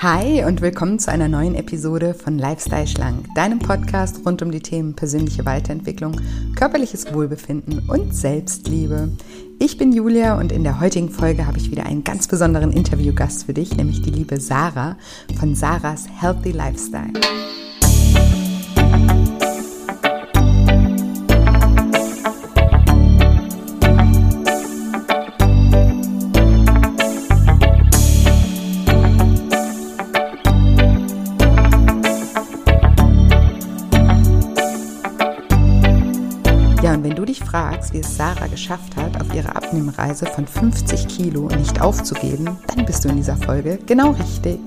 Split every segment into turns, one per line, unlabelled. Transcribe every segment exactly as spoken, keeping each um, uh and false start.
Hi und willkommen zu einer neuen Episode von Lifestyle Schlank, deinem Podcast rund um die Themen persönliche Weiterentwicklung, körperliches Wohlbefinden und Selbstliebe. Ich bin Julia und in der heutigen Folge habe ich wieder einen ganz besonderen Interviewgast für dich, nämlich die liebe Sarah von Sarah's Healthy Lifestyle. Fragst, wie es Sarah geschafft hat, auf ihrer Abnehmreise von fünfzig Kilo nicht aufzugeben, dann bist du in dieser Folge genau richtig.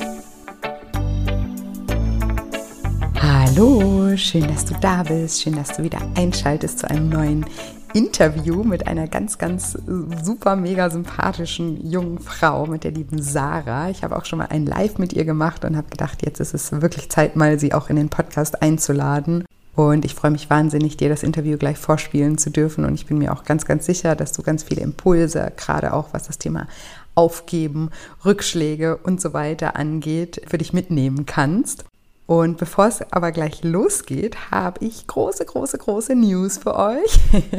Hallo, schön, dass du da bist, schön, dass du wieder einschaltest zu einem neuen Interview mit einer ganz, ganz super, mega sympathischen jungen Frau, mit der lieben Sarah. Ich habe auch schon mal ein Live mit ihr gemacht und habe gedacht, jetzt ist es wirklich Zeit, mal sie auch in den Podcast einzuladen. Und ich freue mich wahnsinnig, dir das Interview gleich vorspielen zu dürfen. Und ich bin mir auch ganz, ganz sicher, dass du ganz viele Impulse, gerade auch was das Thema Aufgeben, Rückschläge und so weiter angeht, für dich mitnehmen kannst. Und bevor es aber gleich losgeht, habe ich große, große, große News für euch.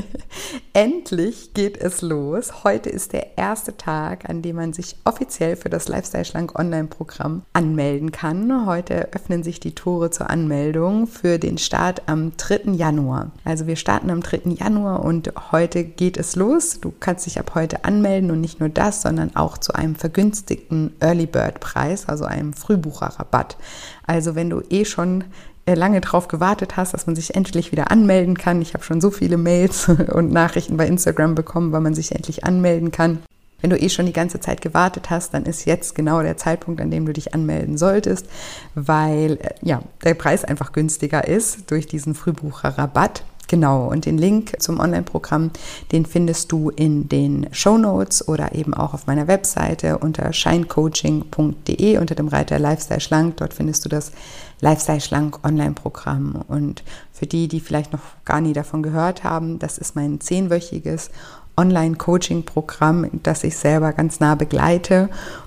Endlich geht es los. Heute ist der erste Tag, an dem man sich offiziell für das Lifestyle Schlank Online-Programm anmelden kann. Heute öffnen sich die Tore zur Anmeldung für den Start am dritten Januar. Also wir starten am dritten Januar und heute geht es los. Du kannst dich ab heute anmelden und nicht nur das, sondern auch zu einem vergünstigten Early Bird Preis, also einem Frühbucherrabatt. Also wenn du eh schon lange drauf gewartet hast, dass man sich endlich wieder anmelden kann. Ich habe schon so viele Mails und Nachrichten bei Instagram bekommen, weil man sich endlich anmelden kann. Wenn du eh schon die ganze Zeit gewartet hast, dann ist jetzt genau der Zeitpunkt, an dem du dich anmelden solltest, weil ja, der Preis einfach günstiger ist durch diesen Frühbucherrabatt. Genau, und den Link zum Online-Programm, den findest du in den Shownotes oder eben auch auf meiner Webseite unter shinecoaching punkt de unter dem Reiter Lifestyle Schlank. Dort findest du das Lifestyle Schlank Online-Programm. Und für die, die vielleicht noch gar nie davon gehört haben, das ist mein zehnwöchiges Online-Coaching-Programm, das ich selber ganz nah begleite.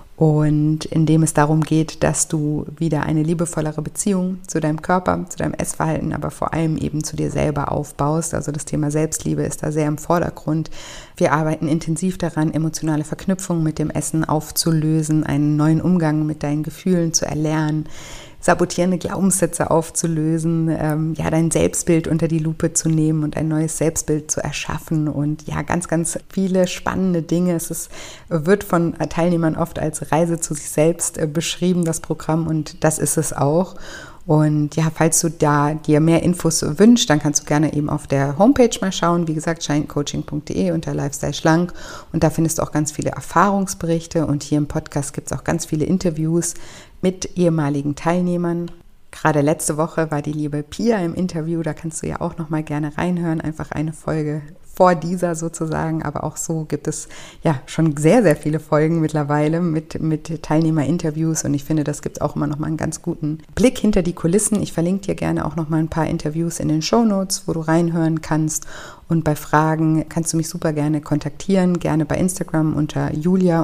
Und in dem es darum geht, dass du wieder eine liebevollere Beziehung zu deinem Körper, zu deinem Essverhalten, aber vor allem eben zu dir selber aufbaust. Also das Thema Selbstliebe ist da sehr im Vordergrund. Wir arbeiten intensiv daran, emotionale Verknüpfungen mit dem Essen aufzulösen, einen neuen Umgang mit deinen Gefühlen zu erlernen, sabotierende Glaubenssätze aufzulösen, ähm, ja, dein Selbstbild unter die Lupe zu nehmen und ein neues Selbstbild zu erschaffen und ja, ganz, ganz viele spannende Dinge. Es ist, wird von Teilnehmern oft als Reise zu sich selbst äh, beschrieben, das Programm, und das ist es auch. Und ja, falls du da dir mehr Infos wünschst, dann kannst du gerne eben auf der Homepage mal schauen. Wie gesagt, shinecoaching punkt de unter Lifestyle Schlank. Und da findest du auch ganz viele Erfahrungsberichte. Und hier im Podcast gibt es auch ganz viele Interviews mit ehemaligen Teilnehmern. Gerade letzte Woche war die liebe Pia im Interview. Da kannst du ja auch noch mal gerne reinhören. Einfach eine Folge vor dieser sozusagen, aber auch so gibt es ja schon sehr, sehr viele Folgen mittlerweile mit, mit Teilnehmerinterviews, und ich finde, das gibt auch immer noch mal einen ganz guten Blick hinter die Kulissen. Ich verlinke dir gerne auch noch mal ein paar Interviews in den Shownotes, wo du reinhören kannst, und bei Fragen kannst du mich super gerne kontaktieren, gerne bei Instagram unter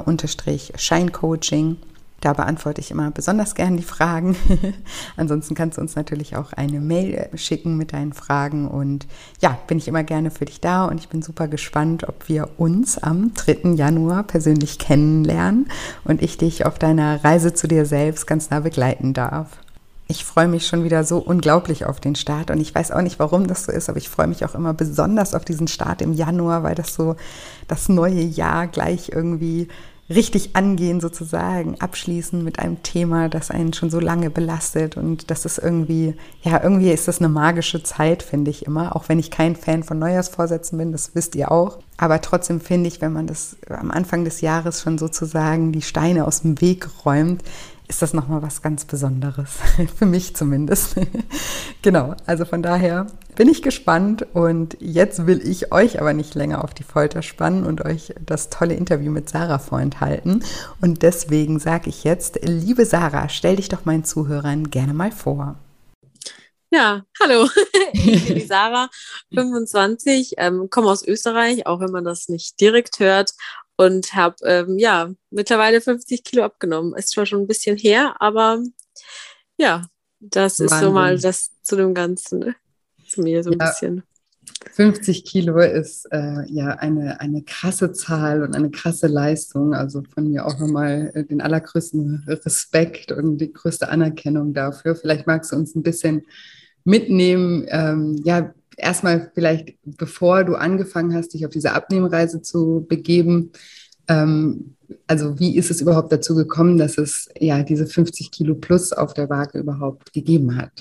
julia-shinecoaching. Da beantworte ich immer besonders gern die Fragen. Ansonsten kannst du uns natürlich auch eine Mail schicken mit deinen Fragen. Und ja, bin ich immer gerne für dich da. Und ich bin super gespannt, ob wir uns am dritten Januar persönlich kennenlernen und ich dich auf deiner Reise zu dir selbst ganz nah begleiten darf. Ich freue mich schon wieder so unglaublich auf den Start, und ich weiß auch nicht, warum das so ist, aber ich freue mich auch immer besonders auf diesen Start im Januar, weil das so das neue Jahr gleich irgendwie richtig angehen sozusagen, abschließen mit einem Thema, das einen schon so lange belastet, und das ist irgendwie, ja, irgendwie ist das eine magische Zeit, finde ich immer, auch wenn ich kein Fan von Neujahrsvorsätzen bin, das wisst ihr auch, aber trotzdem finde ich, wenn man das am Anfang des Jahres schon sozusagen die Steine aus dem Weg räumt, ist das nochmal was ganz Besonderes, für mich zumindest. Genau, also von daher bin ich gespannt, und jetzt will ich euch aber nicht länger auf die Folter spannen und euch das tolle Interview mit Sarah vorenthalten. Und deswegen sage ich jetzt, liebe Sarah, stell dich doch meinen Zuhörern gerne mal vor.
Ja, hallo, ich bin die Sarah, fünfundzwanzig, ähm, komme aus Österreich, auch wenn man das nicht direkt hört und habe ähm, ja mittlerweile fünfzig Kilo abgenommen. Ist zwar schon ein bisschen her, aber ja, das ist so mal
Wahnsinn.
das zu dem Ganzen, ne? Zu mir so ein
Ja,
bisschen.
fünfzig Kilo ist äh, ja eine, eine krasse Zahl und eine krasse Leistung. Also von mir auch nochmal äh, den allergrößten Respekt und die größte Anerkennung dafür. Vielleicht magst du uns ein bisschen mitnehmen. Ähm, ja, erstmal vielleicht, bevor du angefangen hast, dich auf diese Abnehmreise zu begeben. Ähm, also wie ist es überhaupt dazu gekommen, dass es ja diese fünfzig Kilo plus auf der Waage überhaupt gegeben hat?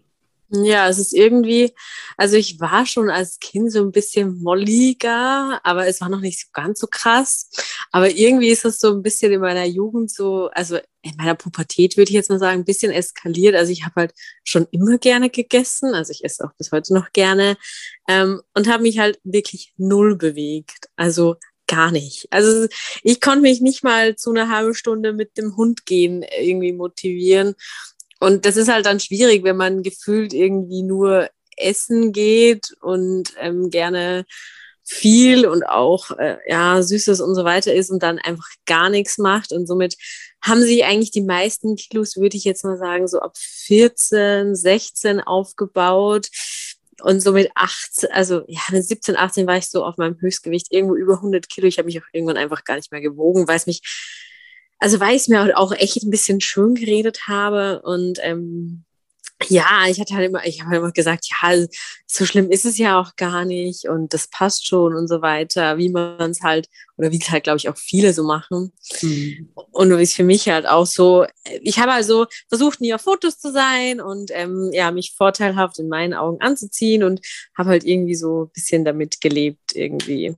Ja, es ist irgendwie, also ich war schon als Kind so ein bisschen molliger, aber es war noch nicht so ganz so krass. Aber irgendwie ist es so ein bisschen in meiner Jugend so, also in meiner Pubertät würde ich jetzt mal sagen, ein bisschen eskaliert. Also ich habe halt schon immer gerne gegessen, also ich esse auch bis heute noch gerne ähm, und habe mich halt wirklich null bewegt. Also gar nicht. Also ich konnte mich nicht mal zu einer halben Stunde mit dem Hund gehen irgendwie motivieren. Und das ist halt dann schwierig, wenn man gefühlt irgendwie nur essen geht und ähm, gerne viel und auch äh, ja Süßes und so weiter isst und dann einfach gar nichts macht. Und somit haben sich eigentlich die meisten Kilos, würde ich jetzt mal sagen, so ab vierzehn, sechzehn aufgebaut. Und somit achtzehn, also ja, mit siebzehn, achtzehn war ich so auf meinem Höchstgewicht, irgendwo über hundert Kilo. Ich habe mich auch irgendwann einfach gar nicht mehr gewogen, weil es mich also weil ich es mir auch echt ein bisschen schön geredet habe und ähm, ja, ich hatte halt immer, ich habe halt immer gesagt, ja, so schlimm ist es ja auch gar nicht und das passt schon und so weiter, wie man es halt, oder wie es halt, glaube ich, auch viele so machen.
Hm.
Und ist für mich halt auch so, ich habe also versucht, nie auf Fotos zu sein und ähm, ja, mich vorteilhaft in meinen Augen anzuziehen und habe halt irgendwie so ein bisschen damit gelebt, irgendwie.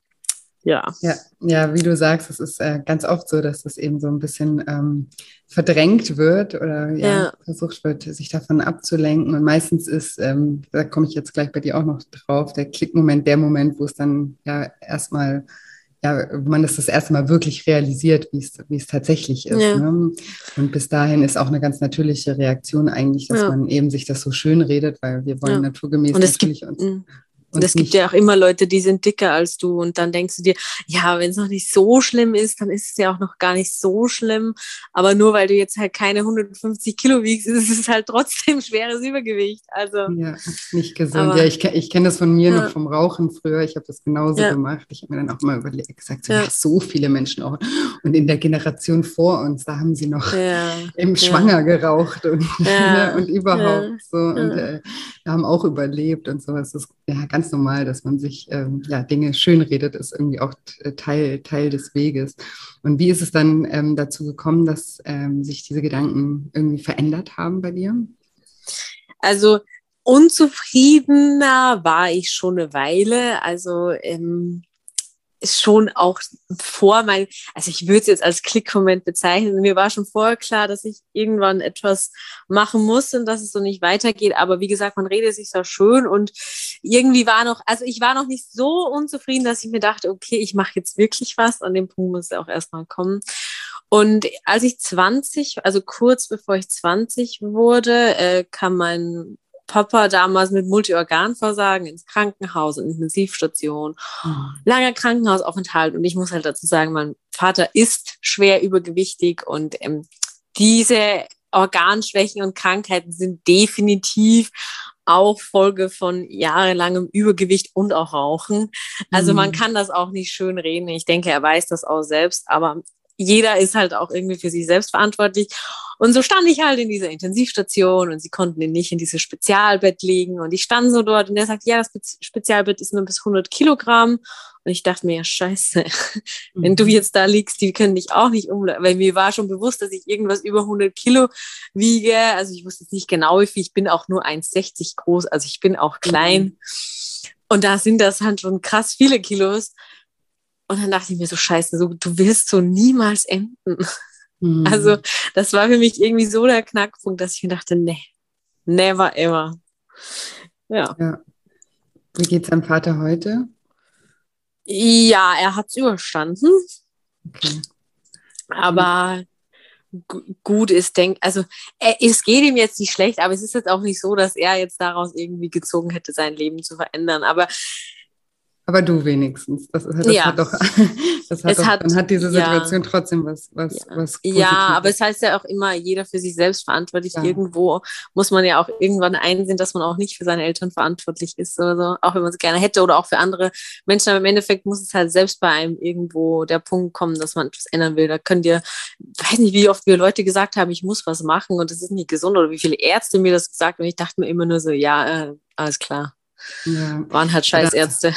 Ja.
Ja, ja, wie du sagst, es ist äh, ganz oft so, dass das eben so ein bisschen ähm, verdrängt wird oder ja,
Ja.
versucht wird, sich davon abzulenken. Und meistens ist, ähm, da komme ich jetzt gleich bei dir auch noch drauf, der Klickmoment, der Moment, wo es dann ja erstmal, ja, wo man das das erste Mal wirklich realisiert, wie es, wie es tatsächlich ist.
Ja.
Ne? Und bis dahin ist auch eine ganz natürliche Reaktion eigentlich, dass
Ja.
man eben sich das so schön redet, weil wir wollen
Ja. Und
naturgemäß
es gibt,
natürlich uns,
mm, und
uns
es gibt ja
nicht.
auch immer Leute, die sind dicker als du und dann denkst du dir, ja, wenn es noch nicht so schlimm ist, dann ist es ja auch noch gar nicht so schlimm. Aber nur weil du jetzt halt keine hundertfünfzig Kilo wiegst, ist es halt trotzdem schweres Übergewicht. Also,
Ja, nicht gesund. Ja,
aber
ich, ke- ich kenne das von mir noch
ja,
vom Rauchen früher. Ich habe das genauso
ja,
gemacht. Ich habe mir dann auch mal überlegt, gesagt, so, ja,
ja,
so viele Menschen auch. Und in der Generation vor uns, da haben sie noch
ja,
eben
ja,
schwanger geraucht und, ne,
ja,
und überhaupt
ja,
so. Und
ja.
äh, haben auch überlebt und so. Es ist ja ganz normal, dass man sich ähm, ja, Dinge schönredet, ist irgendwie auch t- Teil, Teil des Weges. Und wie ist es dann ähm, dazu gekommen, dass ähm, sich diese Gedanken irgendwie verändert haben bei dir?
Also unzufriedener war ich schon eine Weile. Also ähm, ist schon auch vor mein, also ich würde es jetzt als Klickmoment bezeichnen. Mir war schon vorher klar, dass ich irgendwann etwas machen muss und dass es so nicht weitergeht. Aber wie gesagt, man redet sich so schön und irgendwie war noch, also ich war noch nicht so unzufrieden, dass ich mir dachte, okay, ich mache jetzt wirklich was. An dem Punkt muss es auch erstmal kommen. Und als ich zwanzig, also kurz bevor ich zwanzig wurde, äh, kam mein Papa damals mit Multiorganversagen ins Krankenhaus und Intensivstation,
Mhm.
langer Krankenhausaufenthalt. Und ich muss halt dazu sagen, mein Vater ist schwer übergewichtig und ähm, diese Organschwächen und Krankheiten sind definitiv auch Folge von jahrelangem Übergewicht und auch Rauchen. Also man
Mhm.
kann das auch nicht schön reden. Ich denke, er weiß das auch selbst, aber jeder ist halt auch irgendwie für sich selbst verantwortlich. Und so stand ich halt in dieser Intensivstation und sie konnten ihn nicht in dieses Spezialbett legen. Und ich stand so dort und er sagt, ja, das Spezialbett ist nur bis hundert Kilogramm. Und ich dachte mir, ja, scheiße, wenn du
Mhm.
jetzt da liegst, die können dich auch nicht umleiten. Weil mir war schon bewusst, dass ich irgendwas über hundert Kilo wiege. Also ich wusste jetzt nicht genau, wie viel. Ich bin auch nur eins Komma sechzig groß, also ich bin auch
Mhm.
klein. Und da sind das halt schon krass viele Kilos. Und dann dachte ich mir so, scheiße, so, du wirst so niemals enden. Also
Mhm.
das war für mich irgendwie so der Knackpunkt, dass ich mir dachte, nee, never ever. Ja.
Ja. Wie geht's deinem Vater heute?
Ja, er hat es überstanden,
Okay. Und
aber g- gut ist, denk, also äh, es geht ihm jetzt nicht schlecht, aber es ist jetzt auch nicht so, dass er jetzt daraus irgendwie gezogen hätte, sein Leben zu verändern. Aber
Aber du wenigstens. Das, das
ja,
hat doch, das hat
es
doch, dann
hat,
hat diese
ja,
Situation trotzdem was, was,
ja,
was
ja, aber
Positives.
es heißt ja auch immer, jeder für sich selbst verantwortlich.
Ja.
Irgendwo muss man ja auch irgendwann einsehen, dass man auch nicht für seine Eltern verantwortlich ist oder so, auch wenn man es gerne hätte oder auch für andere Menschen. Aber im Endeffekt muss es halt selbst bei einem irgendwo der Punkt kommen, dass man etwas ändern will. Da können dir, ich weiß nicht, wie oft mir Leute gesagt haben, ich muss was machen und das ist nicht gesund oder wie viele Ärzte mir das gesagt haben. Und ich dachte mir immer nur so, ja, äh, alles klar.
Ja.
Waren halt
Ja,
scheiß Ärzte.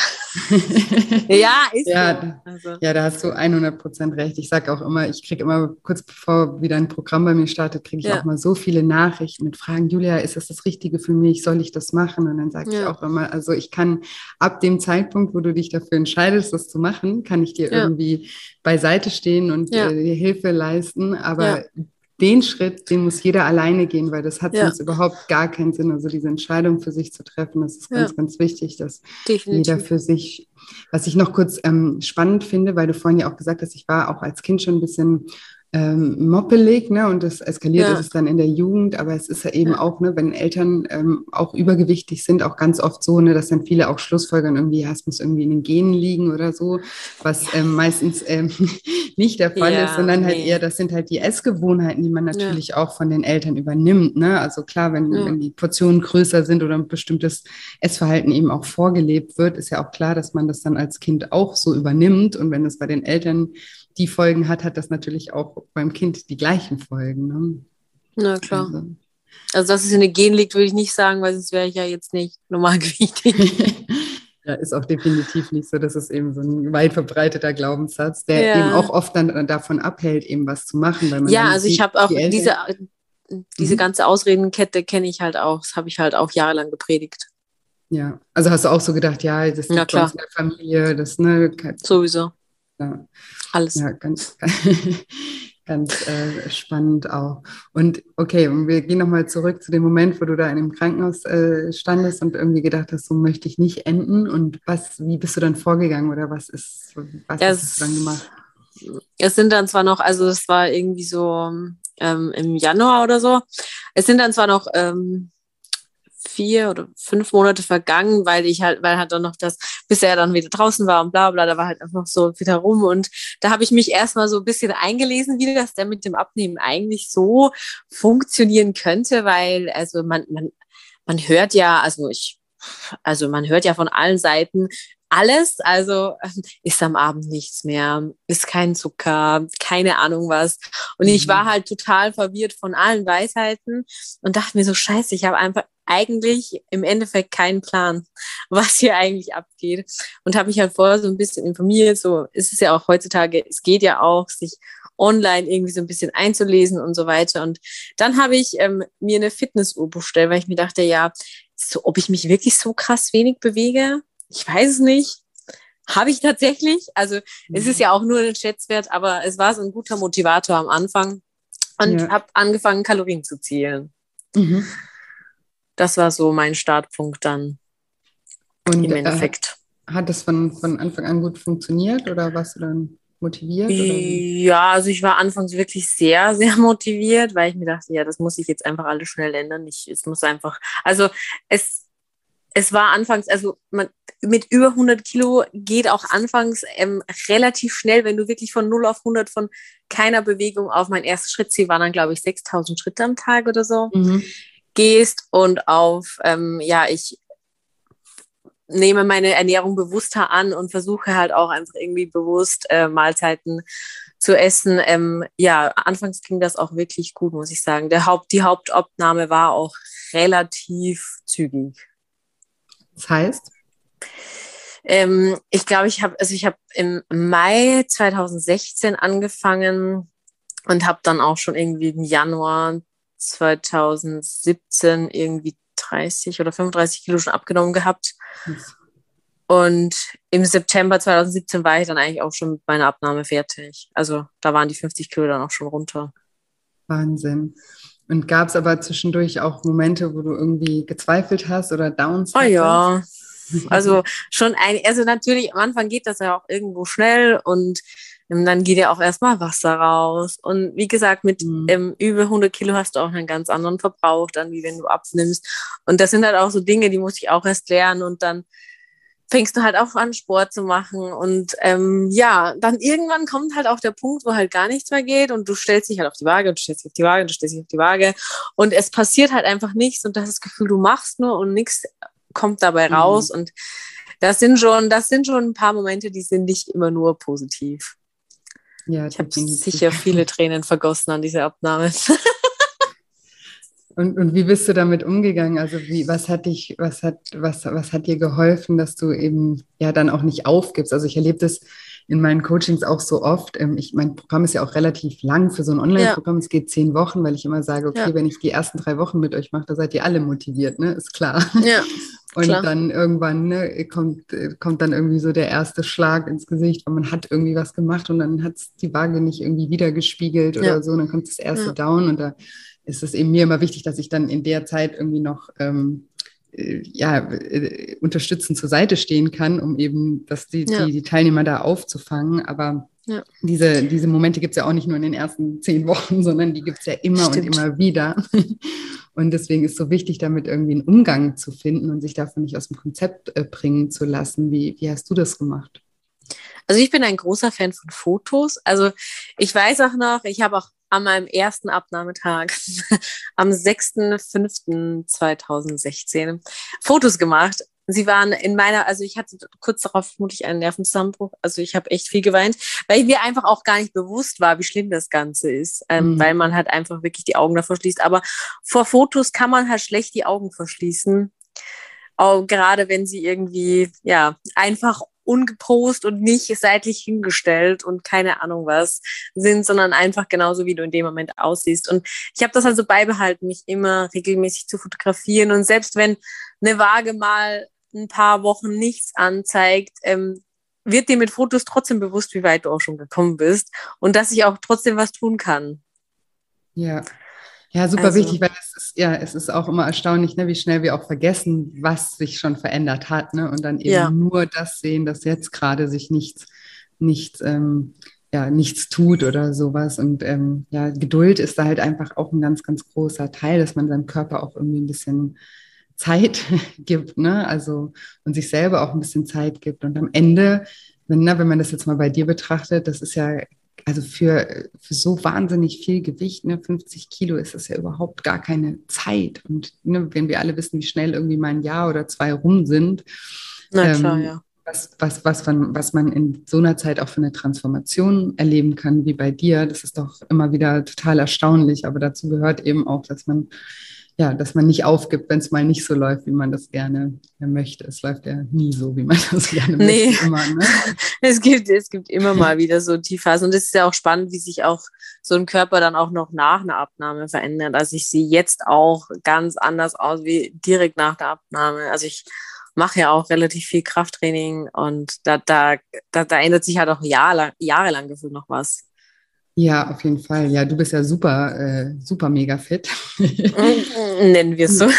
Ja, ist so.
ja,
Also,
ja, da hast du hundert Prozent recht. Ich sage auch immer, ich kriege immer kurz bevor wieder ein Programm bei mir startet, kriege ich auch
ja,
mal so viele Nachrichten mit Fragen, Julia, ist das das Richtige für mich? Soll ich das machen? Und dann sage ich
ja,
auch immer, also ich kann ab dem Zeitpunkt, wo du dich dafür entscheidest, das zu machen, kann ich dir
ja,
irgendwie beiseite stehen und
ja,
äh, dir Hilfe leisten.
ja,
Aber den Schritt, den muss jeder alleine gehen, weil das hat
ja,
sonst überhaupt gar keinen Sinn. Also diese Entscheidung für sich zu treffen, das ist
ja,
ganz, ganz wichtig, dass jeder
definitiv.
für sich, was ich noch kurz ähm, spannend finde, weil du vorhin ja auch gesagt hast, ich war auch als Kind schon ein bisschen ähm, moppelig, ne? Und das eskaliert ist
Ja,
es dann in der Jugend, aber es ist ja eben
ja,
auch, ne, wenn Eltern ähm, auch übergewichtig sind, auch ganz oft so, ne, dass dann viele auch schlussfolgern, irgendwie, ja, es muss irgendwie in den Genen liegen oder so, was
ja,
ähm, meistens ähm, nicht der Fall ist,
ja,
sondern halt eher,
nee,
das sind halt die Essgewohnheiten, die man
ja,
natürlich auch von den Eltern übernimmt, ne? Also klar, wenn,
ja,
wenn die Portionen größer sind oder ein bestimmtes Essverhalten eben auch vorgelebt wird, ist ja auch klar, dass man das dann als Kind auch so übernimmt. Und wenn das bei den Eltern die Folgen hat, hat das natürlich auch beim Kind die gleichen Folgen. Ne?
na klar.
Also.
Also, dass es in den Genen liegt, würde ich nicht sagen, weil sonst wäre ich ja jetzt nicht normalgewichtig.
Ja, ist auch definitiv nicht so. Das ist eben so ein weit verbreiteter Glaubenssatz, der eben auch
Ja,
oft dann davon abhält, eben was zu machen, weil man
ja,
dann
also ich
sieht,
habe auch
die
diese,
Eltern.
diese
Mhm.
ganze Ausredenkette kenne ich halt auch. Das habe ich halt auch jahrelang gepredigt.
Ja, also hast du auch so gedacht, ja, das
Na
liegt bei uns
klar,
in der Familie, das, ne,
sowieso.
ja,
Alles.
ja, ganz, ganz äh, spannend auch. Und okay, und wir gehen nochmal zurück zu dem Moment, wo du da in dem Krankenhaus äh, standest und irgendwie gedacht hast, so möchte ich nicht enden. Und was, wie bist du dann vorgegangen oder was ist, was, was hast du dann gemacht?
Es, es sind dann zwar noch, also es war irgendwie so ähm, im Januar oder so. Es sind dann zwar noch ähm, vier oder fünf Monate vergangen, weil ich halt, weil halt dann noch das, bis er dann wieder draußen war und bla bla, da war halt einfach so wieder rum. Und da habe ich mich erstmal so ein bisschen eingelesen, wie das denn mit dem Abnehmen eigentlich so funktionieren könnte, weil, also man, man, man hört ja, also ich, also man hört ja von allen Seiten alles, also ähm, ist am Abend nichts mehr, ist kein Zucker, keine Ahnung was. Und ich war
Mhm.
halt total verwirrt von allen Weisheiten und dachte mir so, scheiße, ich habe einfach eigentlich im Endeffekt keinen Plan, was hier eigentlich abgeht. Und habe mich halt vorher so ein bisschen informiert. So ist es ja auch heutzutage, es geht ja auch, sich online irgendwie so ein bisschen einzulesen und so weiter. Und dann habe ich ähm, mir eine Fitnessuhr bestellt, weil ich mir dachte, ja, so, ob ich mich wirklich so krass wenig bewege, ich weiß es nicht. Habe ich tatsächlich. Also es ist ja auch nur ein Schätzwert, aber es war so ein guter Motivator am Anfang und
Ja.
habe angefangen, Kalorien zu zählen.
Mhm.
Das war so mein Startpunkt dann
Und
im
äh,
Endeffekt.
hat das von, von Anfang an gut funktioniert oder warst du dann motiviert oder wie?
Ja, also ich war anfangs wirklich sehr, sehr motiviert, weil ich mir dachte, ja, das muss ich jetzt einfach alles schnell ändern. Ich, es muss einfach, also es, es war anfangs, also man, mit über hundert Kilo geht auch anfangs ähm, relativ schnell, wenn du wirklich von null auf hundert von keiner Bewegung auf mein erstes Schrittziel waren dann, glaube ich, sechstausend Schritte am Tag oder so,
Mhm.
gehst und auf, ähm, ja, ich nehme meine Ernährung bewusster an und versuche halt auch einfach irgendwie bewusst äh, Mahlzeiten zu essen. Ähm, ja, anfangs ging das auch wirklich gut, muss ich sagen. Der Haupt, die Hauptabnahme war auch relativ zügig.
Das heißt,
Ähm, ich glaube, ich habe, also ich habe im Mai zweitausendsechzehn angefangen und habe dann auch schon irgendwie im Januar zweitausendsiebzehn irgendwie dreißig oder fünfunddreißig Kilo schon abgenommen gehabt.
das
Und im September zweitausendsiebzehn war ich dann eigentlich auch schon mit meiner Abnahme fertig. Also da waren die fünfzig Kilo dann auch schon runter.
Wahnsinn. Und gab es aber zwischendurch auch Momente, wo du irgendwie gezweifelt hast oder Downs
Oh
hattest?
ja, also schon ein, also natürlich am Anfang geht das ja auch irgendwo schnell und ähm, dann geht ja auch erstmal Wasser raus. Und wie gesagt, mit
Mhm.
ähm, über hundert Kilo hast du auch einen ganz anderen Verbrauch dann, wie wenn du abnimmst. Und das sind halt auch so Dinge, die muss ich auch erst lernen und dann fängst du halt auch an, Sport zu machen. Und ähm, ja, dann irgendwann kommt halt auch der Punkt, wo halt gar nichts mehr geht und du stellst dich halt auf die Waage und du stellst dich auf die Waage und du stellst dich auf die Waage und es passiert halt einfach nichts und du hast das Gefühl, du machst nur und nichts kommt dabei
Mhm.
raus. Und das sind schon, das sind schon ein paar Momente, die sind nicht immer nur positiv.
Ja,
Ich habe
definitiv.
sicher viele Tränen vergossen an dieser Abnahme.
Und, und wie bist du damit umgegangen? Also wie, was hat dich, was hat, was, was hat dir geholfen, dass du eben ja dann auch nicht aufgibst? Also ich erlebe das in meinen Coachings auch so oft. Ähm, Ich, mein Programm ist ja auch relativ lang für so ein
Ja,
Online-Programm. Es geht zehn Wochen, weil ich immer sage, okay,
ja,
wenn ich die ersten drei Wochen mit euch mache, da seid ihr alle motiviert, ne? Ist klar.
ja,
Und
klar.
dann irgendwann ne, kommt, äh, kommt dann irgendwie so der erste Schlag ins Gesicht, weil man hat irgendwie was gemacht und dann hat die Waage nicht irgendwie wiedergespiegelt
Ja,
oder so. Und dann kommt das erste
ja,
Down und da ist es eben mir immer wichtig, dass ich dann in der Zeit irgendwie noch ähm, äh, ja, äh, unterstützend zur Seite stehen kann, um eben das, die,
ja,
die, die Teilnehmer da aufzufangen. Aber
ja,
diese, diese Momente gibt es ja auch nicht nur in den ersten zehn Wochen, sondern die gibt es ja immer und
stimmt.
immer wieder. Und deswegen ist es so wichtig, damit irgendwie einen Umgang zu finden und sich davon nicht aus dem Konzept äh, bringen zu lassen. Wie, wie hast du das gemacht?
Also ich bin ein großer Fan von Fotos. Also ich weiß auch noch, ich habe auch an meinem ersten Abnahmetag am sechster fünfter zweitausendsechzehn Fotos gemacht. Sie waren in meiner, also ich hatte kurz darauf vermutlich einen Nervenzusammenbruch. Also ich habe echt viel geweint, weil mir einfach auch gar nicht bewusst war, wie schlimm das Ganze ist, ähm, weil
Mhm.
man halt einfach wirklich die Augen davor schließt. Aber vor Fotos kann man halt schlecht die Augen verschließen. Auch gerade wenn sie irgendwie, ja, einfach ungepost und nicht seitlich hingestellt und keine Ahnung was sind, sondern einfach genauso, wie du in dem Moment aussiehst. Und ich habe das also beibehalten, mich immer regelmäßig zu fotografieren. Und selbst wenn eine Waage mal ein paar Wochen nichts anzeigt, ähm, wird dir mit Fotos trotzdem bewusst, wie weit du auch schon gekommen bist und dass ich auch trotzdem was tun kann.
Ja. Ja, super
Also,
wichtig, weil es ist, ja, es ist auch immer erstaunlich, ne, wie schnell wir auch vergessen, was sich schon verändert hat, ne, und dann
ja,
eben nur das sehen, dass jetzt gerade sich nichts, nichts, ähm, ja, nichts tut oder sowas. Und ähm, ja, Geduld ist da halt einfach auch ein ganz, ganz großer Teil, dass man seinem Körper auch irgendwie ein bisschen Zeit gibt, ne, also und sich selber auch ein bisschen Zeit gibt. Und am Ende, wenn, ne, wenn man das jetzt mal bei dir betrachtet, das ist ja also für, für so wahnsinnig viel Gewicht, ne, fünfzig Kilo, ist das ja überhaupt gar keine Zeit. Und ne, wenn wir alle wissen, wie schnell irgendwie mal ein Jahr oder zwei rum sind,
na klar,
ähm,
ja.
was, was, was, man, was man in so einer Zeit auch für eine Transformation erleben kann, wie bei dir, das ist doch immer wieder total erstaunlich. Aber dazu gehört eben auch, dass man ja, dass man nicht aufgibt, wenn es mal nicht so läuft, wie man das gerne möchte. Es läuft ja nie so, wie man das gerne
Nee,
möchte, immer, ne?
es gibt, es gibt immer mal wieder so Tiefphasen. Und es ist ja auch spannend, wie sich auch so ein Körper dann auch noch nach einer Abnahme verändert. Also ich sehe jetzt auch ganz anders aus wie direkt nach der Abnahme. Also ich mache ja auch relativ viel Krafttraining und da, da, da, da ändert sich halt auch jahrelang, jahrelang gefühlt noch was.
Ja, auf jeden Fall. Ja, du bist ja super, äh, super mega fit.
Nennen wir es so.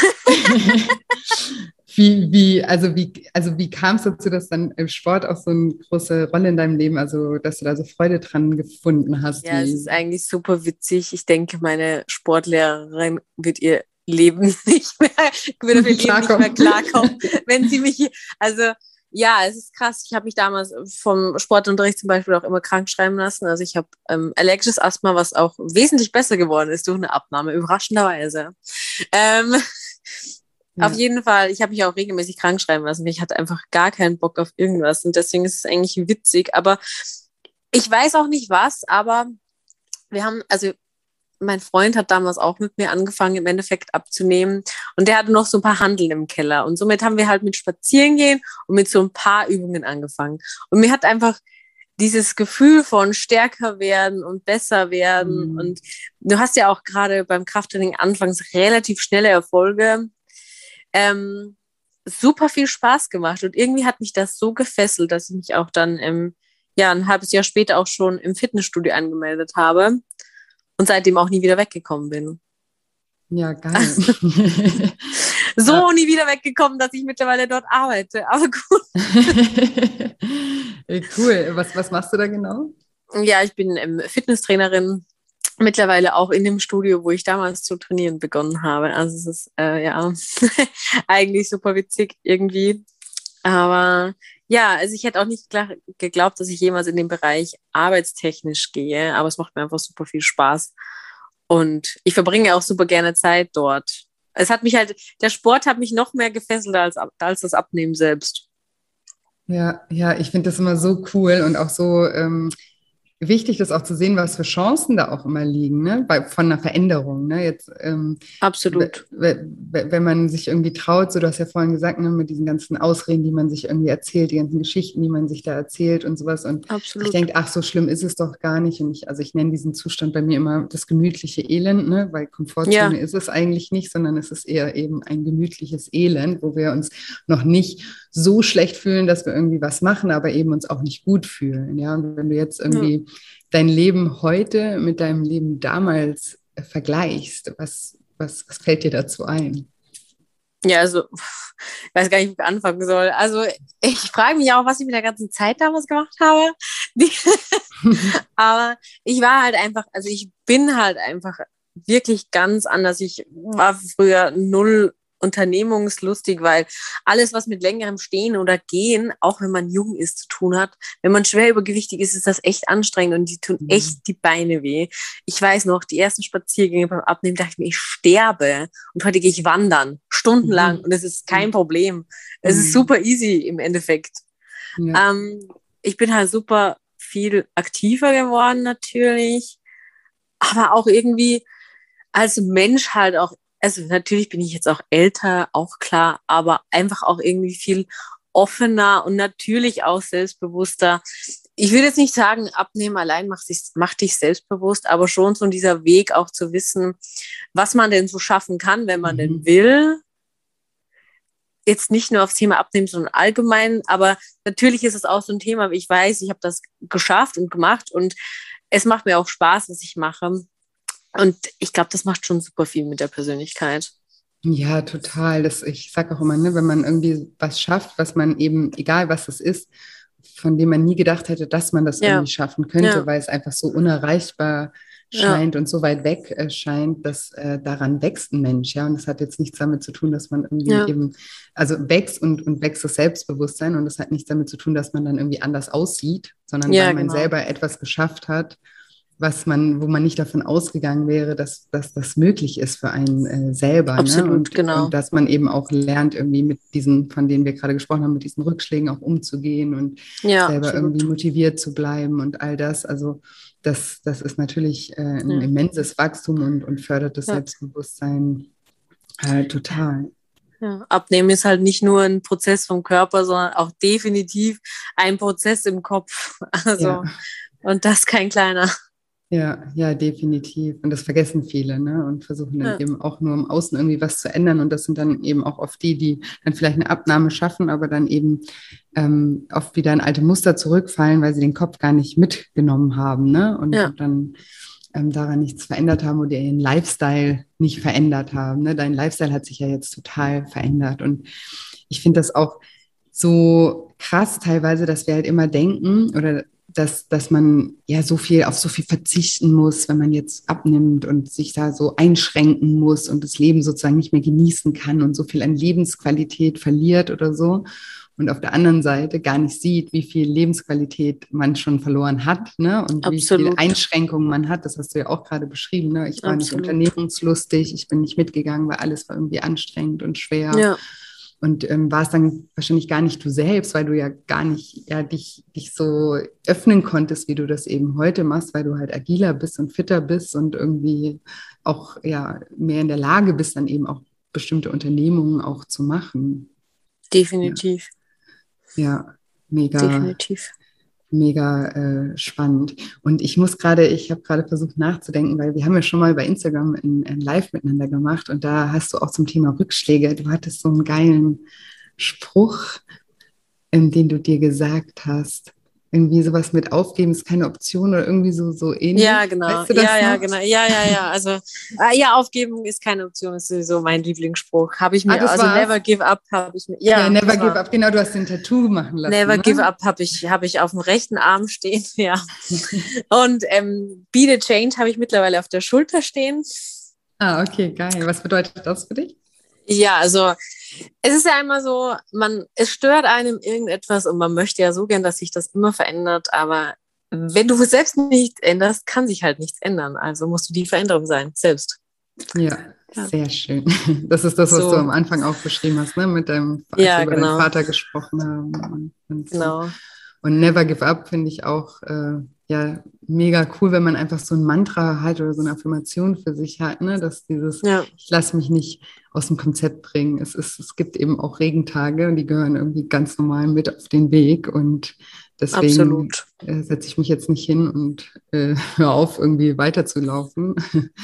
Wie, wie, also wie, also wie kam es dazu, dass dann im Sport auch so eine große Rolle in deinem Leben, also dass du da so Freude dran gefunden hast?
Ja, es
Wie,
ist eigentlich super witzig. Ich denke, meine Sportlehrerin wird ihr Leben nicht mehr, würde für ihr Leben nicht mehr klarkommen, wenn sie mich, also ja, es ist krass. Ich habe mich damals vom Sportunterricht zum Beispiel auch immer krank schreiben lassen. Also ich habe ähm, allergisches Asthma, was auch wesentlich besser geworden ist durch eine Abnahme, überraschenderweise. Ähm, auf
Ja.
jeden Fall, ich habe mich auch regelmäßig krank schreiben lassen. Ich hatte einfach gar keinen Bock auf irgendwas und deswegen ist es eigentlich witzig. Aber ich weiß auch nicht was, aber wir haben, also mein Freund hat damals auch mit mir angefangen, im Endeffekt abzunehmen. Und der hatte noch so ein paar Hanteln im Keller. Und somit haben wir halt mit Spazierengehen und mit so ein paar Übungen angefangen. Und mir hat einfach dieses Gefühl von stärker werden und besser werden.
Mhm.
Und du hast ja auch gerade beim Krafttraining anfangs relativ schnelle Erfolge. Ähm, super viel Spaß gemacht. Und irgendwie hat mich das so gefesselt, dass ich mich auch dann im, ja, ein halbes Jahr später auch schon im Fitnessstudio angemeldet habe. Und seitdem auch nie wieder weggekommen bin.
Ja, geil.
So
Ja.
nie wieder weggekommen, dass ich mittlerweile dort arbeite. Aber gut.
Cool. Was, was machst du da genau?
Ja, ich bin ähm, Fitnesstrainerin, mittlerweile auch in dem Studio, wo ich damals zu trainieren begonnen habe. Also es ist äh, ja eigentlich super witzig irgendwie. Aber ja, also ich hätte auch nicht klar geglaubt, dass ich jemals in den Bereich arbeitstechnisch gehe, aber es macht mir einfach super viel Spaß. Und ich verbringe auch super gerne Zeit dort. Es hat mich halt, der Sport hat mich noch mehr gefesselt als, als das Abnehmen selbst.
Ja, ja, ich finde das immer so cool und auch so ähm, wichtig, das auch zu sehen, was für Chancen da auch immer liegen, ne? Bei, von einer Veränderung. Ne? Jetzt, ähm, w-
Absolut.
w- wenn man sich irgendwie traut, so du hast ja vorhin gesagt, ne, mit diesen ganzen Ausreden, die man sich irgendwie erzählt, die ganzen Geschichten, die man sich da erzählt und sowas. Und ich
Absolut.
denke, ach, so schlimm ist es doch gar nicht. Und ich, also ich nenne diesen Zustand bei mir immer das gemütliche Elend, ne? Weil
Ja,
Komfortzone ist es eigentlich nicht, sondern es ist eher eben ein gemütliches Elend, wo wir uns noch nicht so schlecht fühlen, dass wir irgendwie was machen, aber eben uns auch nicht gut fühlen. Ja, und wenn du jetzt
ja.
irgendwie dein Leben heute mit deinem Leben damals äh, vergleichst, was, was, was fällt dir dazu ein?
Ja, also pff, ich weiß gar nicht, wie ich anfangen soll. Also ich frage mich auch, was ich mit der ganzen Zeit damals gemacht habe. Die, aber ich war halt einfach, also ich bin halt einfach wirklich ganz anders. Ich war früher null unternehmungslustig, weil alles, was mit längerem Stehen oder Gehen, auch wenn man jung ist, zu tun hat, wenn man schwer übergewichtig ist, ist das echt anstrengend und die tun echt die Beine weh. Ich weiß noch, die ersten Spaziergänge beim Abnehmen, dachte ich mir, ich sterbe. Und heute gehe ich wandern, stundenlang und es ist kein Problem. Es ist super easy im Endeffekt.
Ja.
Ähm, ich bin halt super viel aktiver geworden natürlich, aber auch irgendwie als Mensch halt auch, also natürlich bin ich jetzt auch älter, auch klar, aber einfach auch irgendwie viel offener und natürlich auch selbstbewusster. Ich würde jetzt nicht sagen, Abnehmen allein macht dich, macht dich selbstbewusst, aber schon so dieser Weg auch zu wissen, was man denn so schaffen kann, wenn man denn
Mhm.
will. Jetzt nicht nur aufs Thema Abnehmen, sondern allgemein, aber natürlich ist es auch so ein Thema, ich weiß, ich habe das geschafft und gemacht und es macht mir auch Spaß, was ich mache. Und ich glaube, das macht schon super viel mit der Persönlichkeit.
Ja, total. Das, ich sage auch immer, ne, wenn man irgendwie was schafft, was man eben, egal was es ist, von dem man nie gedacht hätte, dass man das irgendwie
Ja,
schaffen könnte,
ja,
weil es einfach so unerreichbar
ja,
scheint und so weit weg äh, scheint, dass äh, daran wächst ein Mensch. Ja, und das hat jetzt nichts damit zu tun, dass man irgendwie
ja,
eben, also wächst und, und wächst das Selbstbewusstsein und das hat nichts damit zu tun, dass man dann irgendwie anders aussieht, sondern weil
ja,
man
genau.
selber etwas geschafft hat, was man, wo man nicht davon ausgegangen wäre, dass, dass das möglich ist für einen äh, selber, ne?
Absolut,
Und, und
genau.
dass man eben auch lernt, irgendwie mit diesen, von denen wir gerade gesprochen haben, mit diesen Rückschlägen auch umzugehen und
Ja,
selber irgendwie
absolut.
motiviert zu bleiben und all das. Also das, das ist natürlich äh, ein
Ja,
immenses Wachstum und, und fördert das
ja,
Selbstbewusstsein äh, total.
ja. Abnehmen ist halt nicht nur ein Prozess vom Körper, sondern auch definitiv ein Prozess im Kopf.
Ja.
Also, und das kein kleiner.
Ja, ja, definitiv. Und das vergessen viele, ne? Und versuchen dann
Ja,
eben auch nur im Außen irgendwie was zu ändern. Und das sind dann eben auch oft die, die dann vielleicht eine Abnahme schaffen, aber dann eben ähm, oft wieder in alte Muster zurückfallen, weil sie den Kopf gar nicht mitgenommen haben, ne? Und,
ja,
und dann ähm, daran nichts verändert haben oder ihren Lifestyle nicht verändert haben. Ne? Dein Lifestyle hat sich ja jetzt total verändert. Und ich finde das auch so krass teilweise, dass wir halt immer denken oder dass, dass man ja so viel auf so viel verzichten muss, wenn man jetzt abnimmt und sich da so einschränken muss und das Leben sozusagen nicht mehr genießen kann und so viel an Lebensqualität verliert oder so. Und auf der anderen Seite gar nicht sieht, wie viel Lebensqualität man schon verloren hat, ne? Und wie viel
absolut.
Einschränkungen man hat. Das hast du ja auch gerade beschrieben, ne? Ich war nicht
Absolut.
unternehmungslustig, ich bin nicht mitgegangen, weil alles war irgendwie anstrengend und schwer.
Ja,
Und ähm, war es dann wahrscheinlich gar nicht du selbst, weil du ja gar nicht ja, dich, dich so öffnen konntest, wie du das eben heute machst, weil du halt agiler bist und fitter bist und irgendwie auch ja, mehr in der Lage bist, dann eben auch bestimmte Unternehmungen auch zu machen. Ja,
definitiv.
ja, mega,
Definitiv.
mega äh, spannend. Und ich muss gerade, ich habe gerade versucht nachzudenken, weil wir haben ja schon mal bei Instagram ein, ein Live miteinander gemacht und da hast du auch zum Thema Rückschläge, du hattest so einen geilen Spruch, in den du dir gesagt hast. irgendwie sowas mit aufgeben ist keine Option oder irgendwie so, so ähnlich.
Ja, genau.
Weißt du das
ja, ja,
noch?
genau. Ja, ja, ja. Also, äh, ja, aufgeben ist keine Option, ist sowieso mein Lieblingsspruch. Habe ich
Ah,
mir,
das
also
war's.
never give up habe ich mir,
Ja,
ja,
never
das
give
war,
up. Genau, du hast den Tattoo machen lassen,
never give
ne?
up habe ich, habe ich auf dem rechten Arm stehen, ja. Und ähm, Be the Change habe ich mittlerweile auf der Schulter stehen.
Ah, okay, geil. Was bedeutet das für dich?
Ja, also es ist ja einmal so, man, es stört einem irgendetwas und man möchte ja so gern, dass sich das immer verändert, aber wenn du selbst nichts änderst, kann sich halt nichts ändern. Also musst du die Veränderung sein, selbst.
Ja,
Ja.
sehr schön. Das ist das, was du
So,
am Anfang auch beschrieben hast, ne? Mit deinem, als wir
ja,
über deinen
genau,
Vater gesprochen haben und, und so.
genau.
Und Never Give Up finde ich auch äh, ja mega cool, wenn man einfach so ein Mantra hat oder so eine Affirmation für sich hat, ne? Dass dieses,
Ja,
ich lasse mich nicht aus dem Konzept bringen. Es ist, es gibt eben auch Regentage und die gehören irgendwie ganz normal mit auf den Weg. Und deswegen
absolut.
äh, setze ich mich jetzt nicht hin und äh, hör auf, irgendwie weiterzulaufen,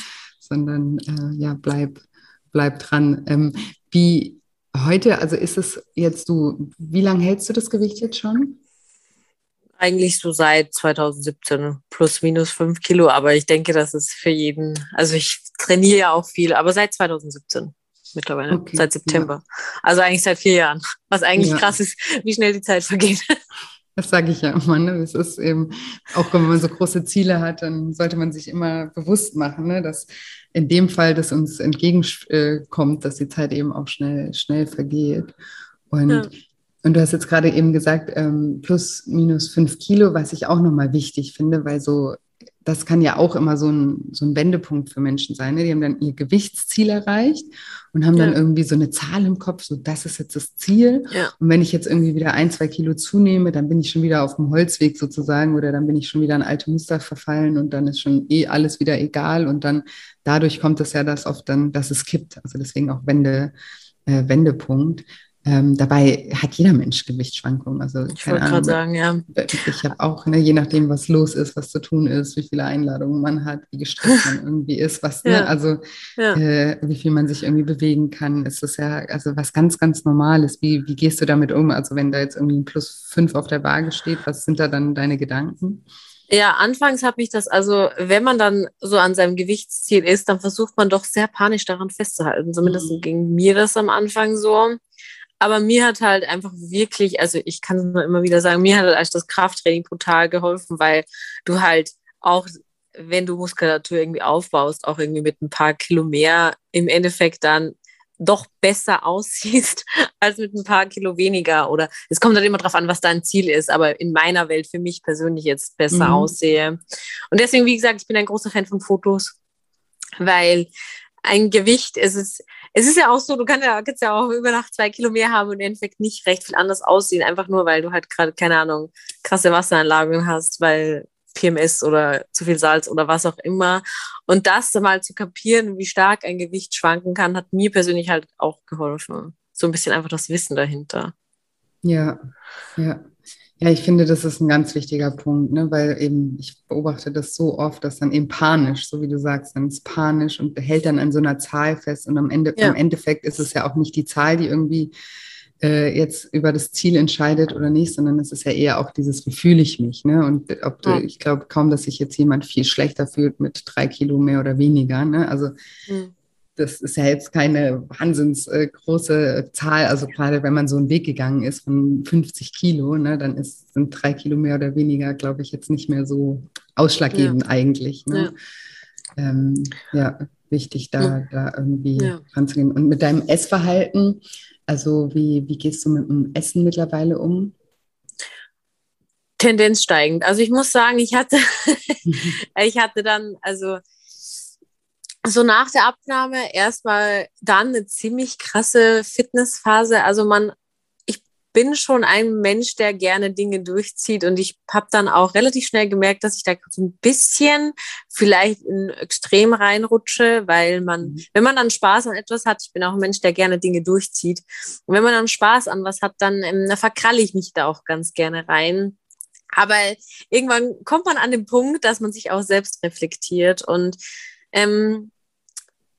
sondern äh, ja, bleib, bleib dran. Ähm, wie heute, also ist es jetzt du, wie lange hältst du das Gewicht jetzt schon?
Eigentlich so seit zwanzig siebzehn, plus minus fünf Kilo, aber ich denke, das ist für jeden, also ich trainiere ja auch viel, aber seit zwanzig siebzehn mittlerweile,
Okay,
seit
ja,
September. Also eigentlich seit vier Jahren, was eigentlich
ja,
krass ist, wie schnell die Zeit vergeht.
das sage ich ja immer. Ne? Es ist eben, auch wenn man so große Ziele hat, dann sollte man sich immer bewusst machen, ne? Dass in dem Fall, das uns entgegenkommt, dass die Zeit eben auch schnell, schnell vergeht. Und,
Ja,
und du hast jetzt gerade eben gesagt, ähm, plus minus fünf Kilo, was ich auch nochmal wichtig finde, weil so, das kann ja auch immer so ein, so ein Wendepunkt für Menschen sein. Ne? Die haben dann ihr Gewichtsziel erreicht und haben dann
ja,
irgendwie so eine Zahl im Kopf, so das ist jetzt das Ziel.
ja,
Und wenn ich jetzt irgendwie wieder ein, zwei Kilo zunehme, dann bin ich schon wieder auf dem Holzweg sozusagen oder dann bin ich schon wieder in alte Muster verfallen und dann ist schon eh alles wieder egal und dann dadurch kommt es ja, dass oft dann, dass es kippt. Also deswegen auch Wende, äh, Wendepunkt. Ähm, dabei hat jeder Mensch Gewichtsschwankungen. Also
ich
keine
wollte gerade
Ahnung,
sagen, ja.
ich habe auch, ne, je nachdem, was los ist, was zu tun ist, wie viele Einladungen man hat, wie gestresst man irgendwie ist, was, ne,
Ja,
also
ja.
äh, wie viel man sich irgendwie bewegen kann, ist das ja also was ganz, ganz Normales. Wie, wie gehst du damit um? Also wenn da jetzt irgendwie ein Plus fünf auf der Waage steht, was sind da dann deine Gedanken?
Ja, anfangs hat mich das, also wenn man dann so an seinem Gewichtsziel ist, dann versucht man doch sehr panisch daran festzuhalten. Zumindest
Mhm.
ging mir das am Anfang so. Aber mir hat halt einfach wirklich, also ich kann es nur immer wieder sagen, mir hat halt eigentlich das Krafttraining brutal geholfen, weil du halt auch, wenn du Muskulatur irgendwie aufbaust, auch irgendwie mit ein paar Kilo mehr im Endeffekt dann doch besser aussiehst als mit ein paar Kilo weniger. Oder es kommt halt immer drauf an, was dein Ziel ist, aber in meiner Welt für mich persönlich jetzt besser
Mhm.
aussehe. Und deswegen, wie gesagt, ich bin ein großer Fan von Fotos, weil ein Gewicht, es ist, es ist ja auch so, du kannst ja, kannst ja auch über Nacht zwei Kilo mehr haben und im Endeffekt nicht recht viel anders aussehen, einfach nur, weil du halt gerade, keine Ahnung, krasse Wassereinlagerungen hast, weil P M S oder zu viel Salz oder was auch immer. Und das mal zu kapieren, wie stark ein Gewicht schwanken kann, hat mir persönlich halt auch geholfen. So ein bisschen einfach das Wissen dahinter.
Ja, ja. Ja, ich finde, das ist ein ganz wichtiger Punkt, ne? Weil eben, ich beobachte das so oft, dass dann eben panisch, so wie du sagst, dann ist panisch und hält dann an so einer Zahl fest. Und am Ende, am
Ja,
Endeffekt ist es ja auch nicht die Zahl, die irgendwie äh, jetzt über das Ziel entscheidet oder nicht, sondern es ist ja eher auch dieses, wie fühle ich mich, ne? Und ob du,
ja.
ich glaube kaum, dass sich jetzt jemand viel schlechter fühlt mit drei Kilo mehr oder weniger, ne? Also
Hm.
das ist ja jetzt keine wahnsinns äh, große Zahl. Also gerade wenn man so einen Weg gegangen ist von fünfzig Kilo, ne, dann ist, sind drei Kilo mehr oder weniger, glaube ich, jetzt nicht mehr so
Ja,
ausschlaggebend eigentlich. Ne?
ja,
Ähm, ja, wichtig,
hm.
da, da irgendwie
Ja.
ranzugehen. Und mit deinem Essverhalten, also wie, wie gehst du mit dem Essen mittlerweile um?
Tendenz steigend. Also ich muss sagen, ich hatte, ich hatte dann, also so nach der Abnahme erstmal dann eine ziemlich krasse Fitnessphase. Also man, ich bin schon ein Mensch, der gerne Dinge durchzieht und ich habe dann auch relativ schnell gemerkt, dass ich da so ein bisschen vielleicht in Extrem reinrutsche, weil man,
Mhm.
wenn man dann Spaß an etwas hat, ich bin auch ein Mensch, der gerne Dinge durchzieht. Und wenn man dann Spaß an was hat, dann ähm, da verkralle ich mich da auch ganz gerne rein. Aber irgendwann kommt man an den Punkt, dass man sich auch selbst reflektiert und ähm,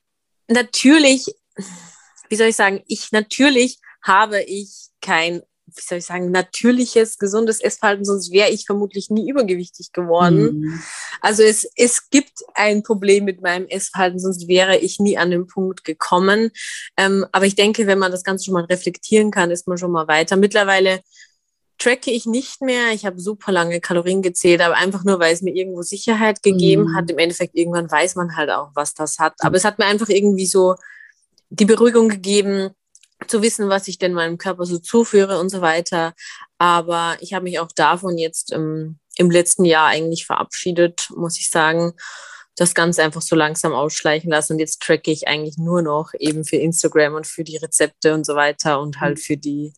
natürlich, wie soll ich sagen, ich natürlich habe ich kein wie soll ich sagen, natürliches, gesundes Essverhalten, sonst wäre ich vermutlich nie übergewichtig geworden. Mhm. Also es, es gibt ein Problem mit meinem Essverhalten, sonst wäre ich nie an den Punkt gekommen. Ähm, aber ich denke, wenn man das Ganze schon mal reflektieren kann, ist man schon mal weiter. Mittlerweile tracke ich nicht mehr. Ich habe super lange Kalorien gezählt, aber einfach nur, weil es mir irgendwo Sicherheit gegeben mhm. hat. Im Endeffekt, irgendwann weiß man halt auch, was das hat. Aber es hat mir einfach irgendwie so die Beruhigung gegeben, zu wissen, was ich denn meinem Körper so zuführe und so weiter. Aber ich habe mich auch davon jetzt im, im letzten Jahr eigentlich verabschiedet, muss ich sagen. Das Ganze einfach so langsam ausschleichen lassen. Und jetzt tracke ich eigentlich nur noch eben für Instagram und für die Rezepte und so weiter und halt für die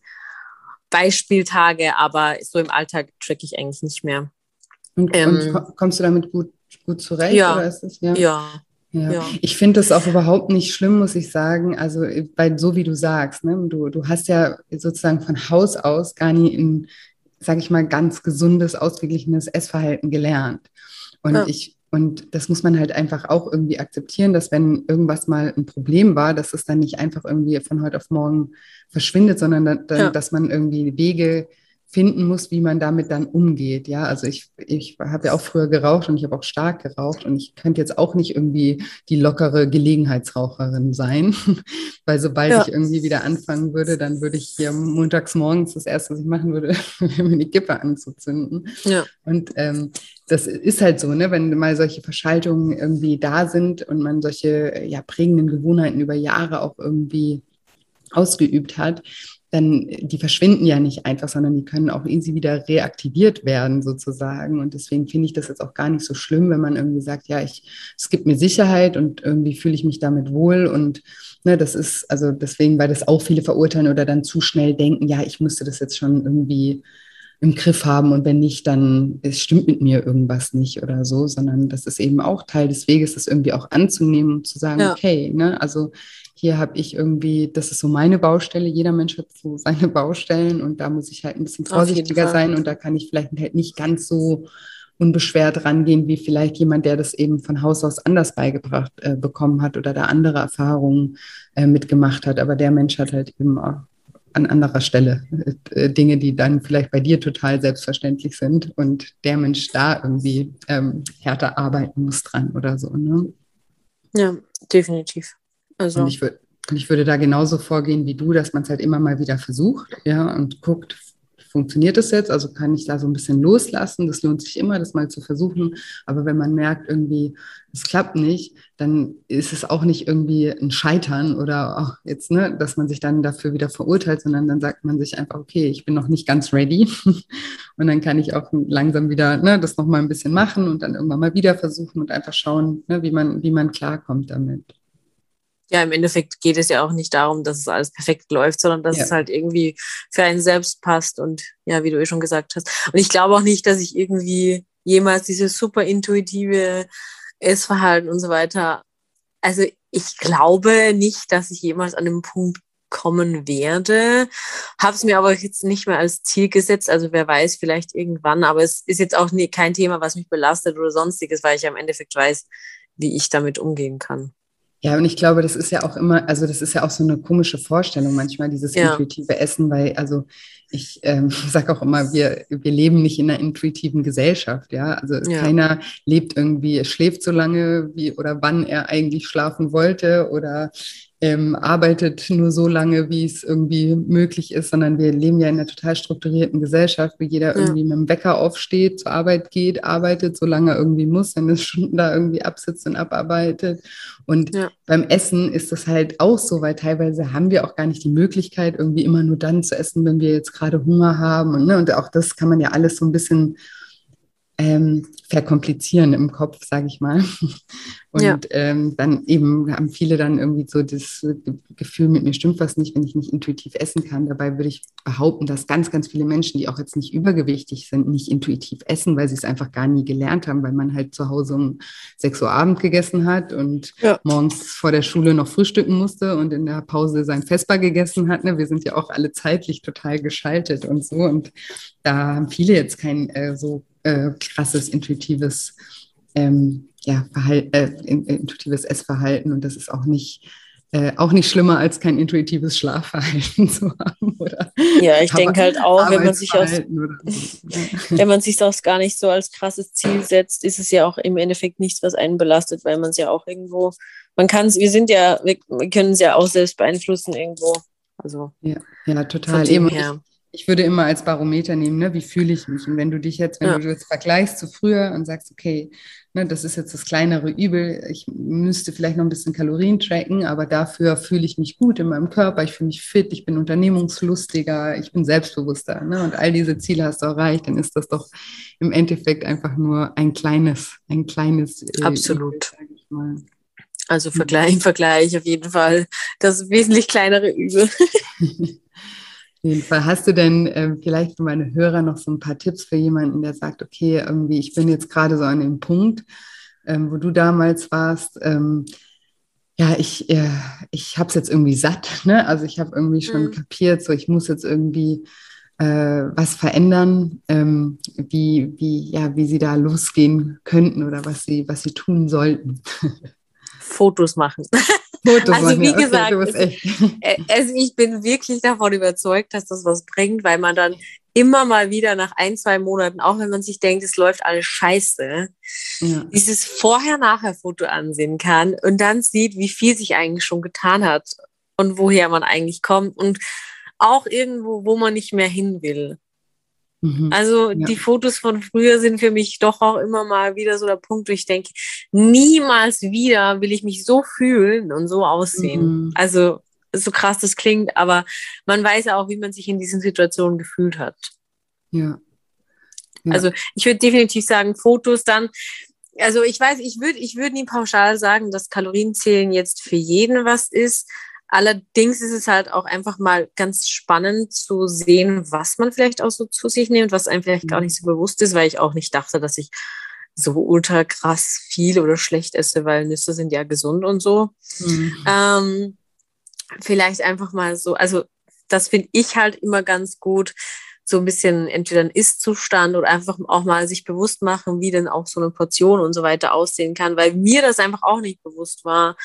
Beispieltage, aber so im Alltag tracke ich eigentlich nicht mehr.
Und, ähm, und kommst du damit gut, gut zurecht?
Ja,
oder ist das, ja.
ja.
Ja.
Ja.
Ich finde das auch überhaupt nicht schlimm, muss ich sagen. Also, weil so wie du sagst, ne, du, du hast ja sozusagen von Haus aus gar nie ein, sage ich mal, ganz gesundes, ausgeglichenes Essverhalten gelernt. Und ja. ich Und das muss man halt einfach auch irgendwie akzeptieren, dass wenn irgendwas mal ein Problem war, dass es dann nicht einfach irgendwie von heute auf morgen verschwindet, sondern dann, ja. dass man irgendwie Wege finden muss, wie man damit dann umgeht. Ja, also ich, ich habe ja auch früher geraucht und ich habe auch stark geraucht und ich könnte jetzt auch nicht irgendwie die lockere Gelegenheitsraucherin sein, weil sobald ja. ich irgendwie wieder anfangen würde, dann würde ich hier montags morgens das Erste, was ich machen würde, mir die Kippe anzuzünden. Ja. Und ähm, das ist halt so, ne, wenn mal solche Verschaltungen irgendwie da sind und man solche ja, prägenden Gewohnheiten über Jahre auch irgendwie ausgeübt hat, dann die verschwinden ja nicht einfach, sondern die können auch easy wieder reaktiviert werden sozusagen. Und deswegen finde ich das jetzt auch gar nicht so schlimm, wenn man irgendwie sagt, ja, ich, es gibt mir Sicherheit und irgendwie fühle ich mich damit wohl. Und ne, das ist, also deswegen, weil das auch viele verurteilen oder dann zu schnell denken, ja, ich müsste das jetzt schon irgendwie im Griff haben und wenn nicht, dann es stimmt mit mir irgendwas nicht oder so, sondern das ist eben auch Teil des Weges, das irgendwie auch anzunehmen und zu sagen, ja. okay, ne, also hier habe ich irgendwie, das ist so meine Baustelle, jeder Mensch hat so seine Baustellen und da muss ich halt ein bisschen vorsichtiger sein und da kann ich vielleicht halt nicht ganz so unbeschwert rangehen, wie vielleicht jemand, der das eben von Haus aus anders beigebracht äh, bekommen hat oder da andere Erfahrungen äh, mitgemacht hat, aber der Mensch hat halt eben auch an anderer Stelle äh, Dinge, die dann vielleicht bei dir total selbstverständlich sind und der Mensch da irgendwie ähm, härter arbeiten muss dran oder so. Ne?
Ja, definitiv. Also.
Und ich, würd, ich würde da genauso vorgehen wie du, dass man es halt immer mal wieder versucht, ja, und guckt, funktioniert das jetzt? Also kann ich da so ein bisschen loslassen? Das lohnt sich immer, das mal zu versuchen. Aber wenn man merkt, irgendwie, es klappt nicht, dann ist es auch nicht irgendwie ein Scheitern oder auch jetzt, ne, dass man sich dann dafür wieder verurteilt, sondern dann sagt man sich einfach, okay, ich bin noch nicht ganz ready. Und dann kann ich auch langsam wieder ne, das nochmal ein bisschen machen und dann irgendwann mal wieder versuchen und einfach schauen, ne, wie man, wie man klarkommt damit.
Ja, im Endeffekt geht es ja auch nicht darum, dass es alles perfekt läuft, sondern dass ja. es halt irgendwie für einen selbst passt und ja, wie du eh schon gesagt hast. Und ich glaube auch nicht, dass ich irgendwie jemals dieses super intuitive Essverhalten und so weiter, also ich glaube nicht, dass ich jemals an den Punkt kommen werde, habe es mir aber jetzt nicht mehr als Ziel gesetzt, also wer weiß, vielleicht irgendwann, aber es ist jetzt auch nie, kein Thema, was mich belastet oder sonstiges, weil ich ja im Endeffekt weiß, wie ich damit umgehen kann.
Ja, und ich glaube, das ist ja auch immer, also das ist ja auch so eine komische Vorstellung manchmal, dieses ja. intuitive Essen, weil, also ich ähm, sage auch immer, wir, wir leben nicht in einer intuitiven Gesellschaft, ja, also ja. keiner lebt irgendwie, schläft so lange, wie oder wann er eigentlich schlafen wollte oder ähm, arbeitet nur so lange, wie es irgendwie möglich ist, sondern wir leben ja in einer total strukturierten Gesellschaft, wo jeder ja. irgendwie mit dem Wecker aufsteht, zur Arbeit geht, arbeitet, so lange er irgendwie muss, seine Stunden da irgendwie absitzt und abarbeitet. Und ja. beim Essen ist das halt auch so, weil teilweise haben wir auch gar nicht die Möglichkeit, irgendwie immer nur dann zu essen, wenn wir jetzt gerade Hunger haben. Und, ne, und auch das kann man ja alles so ein bisschen ähm, verkomplizieren im Kopf, sage ich mal. Und ja. ähm, dann eben haben viele dann irgendwie so das Gefühl, mit mir stimmt was nicht, wenn ich nicht intuitiv essen kann. Dabei würde ich behaupten, dass ganz, ganz viele Menschen, die auch jetzt nicht übergewichtig sind, nicht intuitiv essen, weil sie es einfach gar nie gelernt haben, weil man halt zu Hause um sechs Uhr Abend gegessen hat und ja. morgens vor der Schule noch frühstücken musste und in der Pause sein Vesper gegessen hat. Ne? Wir sind ja auch alle zeitlich total geschaltet und so. Und da haben viele jetzt kein äh, so äh, krasses, intuitives ähm, ja, Verhalt, äh, intuitives Essverhalten und das ist auch nicht äh, auch nicht schlimmer, als kein intuitives Schlafverhalten zu haben. Oder
ja, ich denke halt auch, wenn man sich aus,
oder so.
wenn man sich das gar nicht so als krasses Ziel setzt, ist es ja auch im Endeffekt nichts, was einen belastet, weil man es ja auch irgendwo, man kann es, wir sind ja, wir, wir können es ja auch selbst beeinflussen irgendwo. Also
Ja, ja, total.
von dem
Eben,
her.
ich, ich würde immer als Barometer nehmen, ne, wie fühle ich mich? Und wenn du dich jetzt, wenn
Ja.
du das vergleichst zu früher und sagst, okay, ne, das ist jetzt das kleinere Übel, ich müsste vielleicht noch ein bisschen Kalorien tracken, aber dafür fühle ich mich gut in meinem Körper, ich fühle mich fit, ich bin unternehmungslustiger, ich bin selbstbewusster, ne, und all diese Ziele hast du erreicht, dann ist das doch im Endeffekt einfach nur ein kleines, ein kleines äh,
Absolut.
Übel, sag ich mal.
Also Vergleich, im Vergleich auf jeden Fall das wesentlich kleinere Übel.
Auf jeden Fall. Hast du denn äh, vielleicht für meine Hörer noch so ein paar Tipps für jemanden, der sagt, okay, irgendwie, ich bin jetzt gerade so an dem Punkt, ähm, wo du damals warst, ähm, ja, ich, äh, ich habe es jetzt irgendwie satt, ne? Also ich habe irgendwie schon
Mhm.
kapiert, so ich muss jetzt irgendwie äh, was verändern, ähm, wie, wie, ja, wie sie da losgehen könnten oder was sie, was sie tun sollten.
Fotos machen.
Fotos
Also
machen,
wie
ja, okay,
gesagt,
du bist
es,
echt.
äh, also ich bin wirklich davon überzeugt, dass das was bringt, weil man dann immer mal wieder nach ein, zwei Monaten, auch wenn man sich denkt, es läuft alles scheiße,
Ja.
dieses Vorher-Nachher-Foto ansehen kann und dann sieht, wie viel sich eigentlich schon getan hat und woher man eigentlich kommt und auch irgendwo, wo man nicht mehr hin will.
Mhm.
Also
Ja.
die Fotos von früher sind für mich doch auch immer mal wieder so der Punkt, wo ich denke, niemals wieder will ich mich so fühlen und so aussehen.
Mhm.
Also so krass das klingt, aber man weiß ja auch, wie man sich in diesen Situationen gefühlt hat.
Ja. Ja.
Also ich würde definitiv sagen, Fotos dann, also ich weiß, ich würde ich würde nie pauschal sagen, dass Kalorienzählen jetzt für jeden was ist. Allerdings ist es halt auch einfach mal ganz spannend zu sehen, was man vielleicht auch so zu sich nimmt, was einem vielleicht gar nicht so bewusst ist, weil ich auch nicht dachte, dass ich so ultra krass viel oder schlecht esse, weil Nüsse sind ja gesund und so.
Mhm.
Ähm, vielleicht einfach mal so, also das finde ich halt immer ganz gut, so ein bisschen entweder ein Ist-Zustand oder einfach auch mal sich bewusst machen, wie denn auch so eine Portion und so weiter aussehen kann, weil mir das einfach auch nicht bewusst war,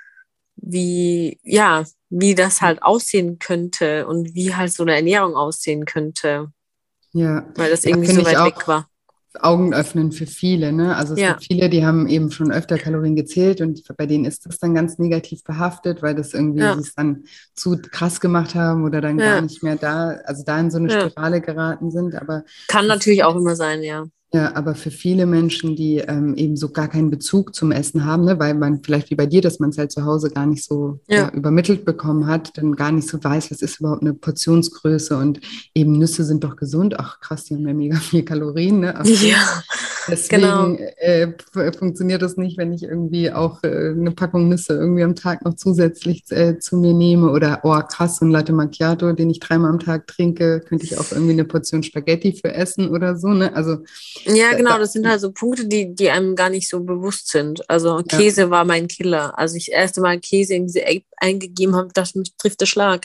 wie, ja, wie das halt aussehen könnte und wie halt so eine Ernährung aussehen könnte,
Ja,
weil das
ja,
irgendwie
finde
so
ich
weit
auch
weg war.
Augen öffnen für viele, ne? Also es
Ja,
gibt viele, die haben eben schon öfter Kalorien gezählt und bei denen ist das dann ganz negativ behaftet, weil das irgendwie
ja,
sie es dann zu krass gemacht haben oder dann gar
ja,
nicht mehr da, also da in so eine
ja.
Spirale geraten sind. Aber
Kann
für
natürlich
viele
auch immer sein, ja.
Ja, aber für viele Menschen, die ähm, eben so gar keinen Bezug zum Essen haben, ne, weil man vielleicht wie bei dir, dass man es halt zu Hause gar nicht so ja,
Ja,
übermittelt bekommen hat, dann gar nicht so weiß, was ist überhaupt eine Portionsgröße und eben Nüsse sind doch gesund. Ach krass, die haben ja mega viel Kalorien, ne? Okay.
ja, genau.
Deswegen äh, funktioniert das nicht, wenn ich irgendwie auch äh, eine Packung Nüsse irgendwie am Tag noch zusätzlich äh, zu mir nehme oder, oh krass, so ein Latte Macchiato, den ich dreimal am Tag trinke, könnte ich auch irgendwie eine Portion Spaghetti für essen oder so, ne? Also
Ja,
da,
genau,
da,
das sind halt so Punkte, die, die einem gar nicht so bewusst sind. Also
ja,
Käse war mein Killer. Als ich das erste Mal Käse in diese App eingegeben habe, dachte ich, mich trifft der Schlag.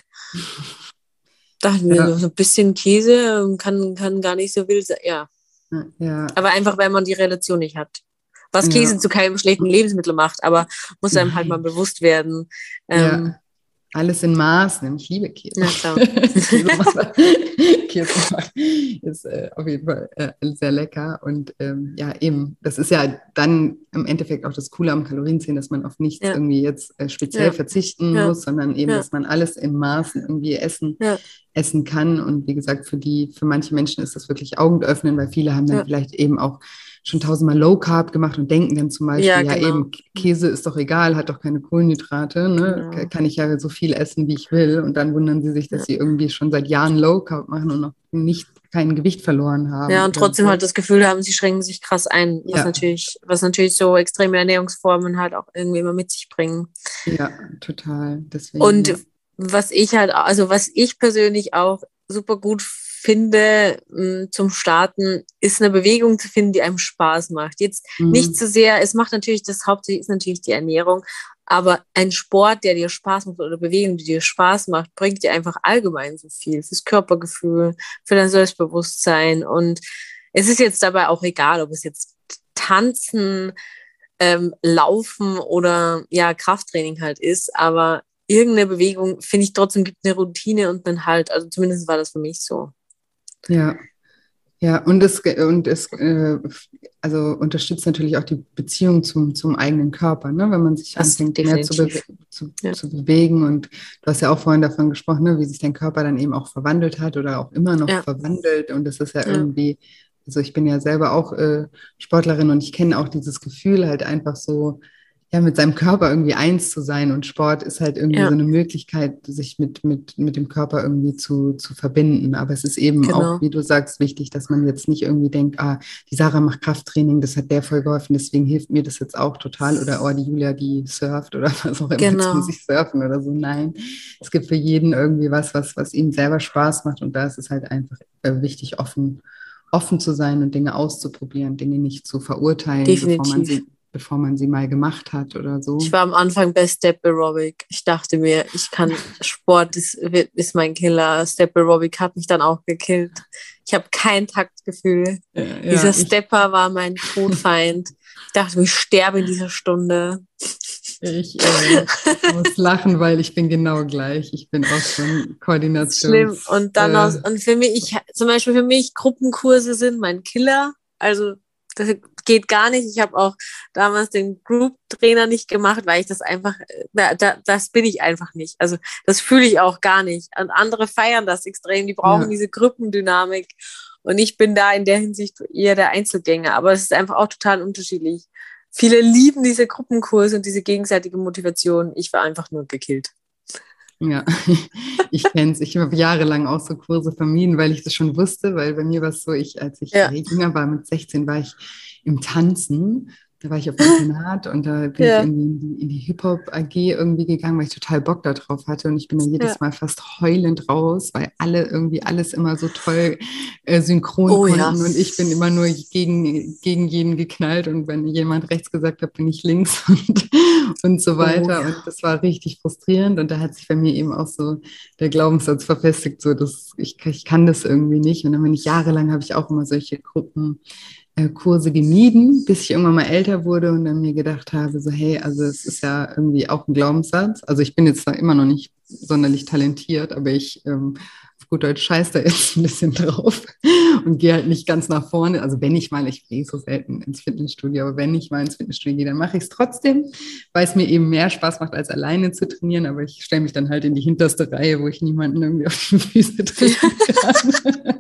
Dachte mir,
ja,
so ein bisschen Käse ähm, kann, kann gar nicht so wild sein. Ja,
ja,
aber einfach, weil man die Relation nicht hat. Was Käse
ja,
zu keinem schlechten Lebensmittel macht, aber muss einem halt mal
nein,
bewusst werden. Ähm,
ja, alles in Maßen. Ich liebe Käse.
na klar.
Käse macht, Käse macht, ist äh, auf jeden Fall äh, sehr lecker. Und ähm, ja, eben, das ist ja dann im Endeffekt auch das Coole am Kalorienzählen, dass man auf nichts
Ja,
irgendwie jetzt äh, speziell
ja,
verzichten
ja,
muss, sondern eben,
ja,
dass man alles in Maßen irgendwie essen,
ja,
essen kann. Und wie gesagt, für die, für manche Menschen ist das wirklich Augen öffnen, weil viele haben dann
ja,
vielleicht eben auch schon tausendmal Low Carb gemacht und denken dann zum
ja,
Beispiel, ja
genau.
eben, Käse ist doch egal, hat doch keine Kohlenhydrate, ne?
Genau.
Kann ich ja so viel essen, wie ich will. Und dann wundern sie sich, dass
Ja.
sie irgendwie schon seit Jahren Low Carb machen und noch nicht kein Gewicht verloren haben
Ja, und
oder
trotzdem
so.
halt das Gefühl haben, sie schränken sich krass ein, was
Ja,
natürlich, was natürlich so extreme Ernährungsformen halt auch irgendwie immer mit sich bringen.
ja, total. Deswegen,
Und
ja.
was ich halt, also was ich persönlich auch super gut finde mh, zum Starten, ist eine Bewegung zu finden, die einem Spaß macht. Jetzt nicht
Mhm.
so sehr, es macht natürlich, das Hauptsächlich ist natürlich die Ernährung, aber ein Sport, der dir Spaß macht oder Bewegung, die dir Spaß macht, bringt dir einfach allgemein so viel fürs Körpergefühl, für dein Selbstbewusstsein. Und es ist jetzt dabei auch egal, ob es jetzt Tanzen, ähm, Laufen oder ja, Krafttraining halt ist, aber irgendeine Bewegung, finde ich trotzdem, gibt eine Routine und einen Halt. Also zumindest war das für mich so.
Ja. Ja, und es, und es äh, also unterstützt natürlich auch die Beziehung zum, zum eigenen Körper, ne? Wenn man sich
Das
anfängt, mehr zu, bewe
definitiv.
zu,
Ja.
zu bewegen. Und du hast ja auch vorhin davon gesprochen, ne? Wie sich dein Körper dann eben auch verwandelt hat oder auch immer noch
Ja.
verwandelt. Und das ist ja
Ja.
irgendwie, also ich bin ja selber auch äh, Sportlerin und ich kenne auch dieses Gefühl halt einfach so, ja, mit seinem Körper irgendwie eins zu sein. Und Sport ist halt irgendwie so
Ja,
eine Möglichkeit, sich mit, mit, mit dem Körper irgendwie zu, zu verbinden. Aber es ist eben auch,
genau.
wie du sagst, wichtig, dass man jetzt nicht irgendwie denkt, ah, die Sarah macht Krafttraining, das hat der voll geholfen, deswegen hilft mir das jetzt auch total. Oder, oh, die Julia, die surft oder was auch immer, jetzt muss
Genau.
ich surfen oder so. Nein, es gibt für jeden irgendwie was, was, was ihm selber Spaß macht. Und da ist es halt einfach äh, wichtig, offen, offen zu sein und Dinge auszuprobieren, Dinge nicht zu verurteilen, bevor man
Definitiv.
sie bevor man sie mal gemacht hat oder
Ich
so.
war am Anfang bei Step Aerobic. Ich dachte mir, ich kann, Sport ist, ist mein Killer. Step Aerobic hat mich dann auch gekillt. Ich habe kein Taktgefühl.
Ja,
Dieser
ja, ich,
Stepper war mein Todfeind. Ich dachte, ich sterbe in dieser Stunde.
ich äh, muss lachen, weil ich bin genau gleich. Ich bin auch so ein
Schlimm.
Koordinations...
Und dann
Äh,
aus, und für mich, ich, zum Beispiel für mich, Gruppenkurse sind mein Killer. Also das geht gar nicht. Ich habe auch damals den Group-Trainer nicht gemacht, weil ich das einfach, da, da, das bin ich einfach nicht. Also das fühle ich auch gar nicht. Und andere feiern das extrem. Die brauchen
ja,
diese Gruppendynamik. Und ich bin da in der Hinsicht eher der Einzelgänger. Aber es ist einfach auch total unterschiedlich. Viele lieben diese Gruppenkurse und diese gegenseitige Motivation. Ich war einfach nur gekillt.
ja, ich kenne es. Ich habe jahrelang auch so Kurse vermieden, weil ich das schon wusste, weil bei mir war es so, ich, als ich
Ja,
jünger war, mit sechzehn, war ich im Tanzen. Da war ich auf dem Internat und da bin ich
ja,
irgendwie in die, in die Hip-Hop-A G irgendwie gegangen, weil ich total Bock darauf hatte. Und ich bin dann
ja.
jedes Mal fast heulend raus, weil alle irgendwie alles immer so toll äh, synchron
Oh ja.
konnten. Und ich bin immer nur gegen, gegen jeden geknallt. Und wenn jemand rechts gesagt hat, bin ich links und, und so
Oh
weiter. Und
ja.
das war richtig frustrierend. Und da hat sich bei mir eben auch so der Glaubenssatz verfestigt, so dass ich, ich kann das irgendwie nicht. Und dann bin ich jahrelang, habe ich auch immer solche Gruppen äh, Kurse gemieden, bis ich irgendwann mal älter wurde und dann mir gedacht habe, so hey, also es ist ja irgendwie auch ein Glaubenssatz. Also ich bin jetzt da immer noch nicht sonderlich talentiert, aber ich ähm, auf gut Deutsch scheiß da jetzt ein bisschen drauf und gehe halt nicht ganz nach vorne. Also wenn ich mal, ich gehe so selten ins Fitnessstudio, aber wenn ich mal ins Fitnessstudio gehe, dann mache ich es trotzdem, weil es mir eben mehr Spaß macht, als alleine zu trainieren. Aber ich stelle mich dann halt in die hinterste Reihe, wo ich niemanden irgendwie auf die Füße treten kann.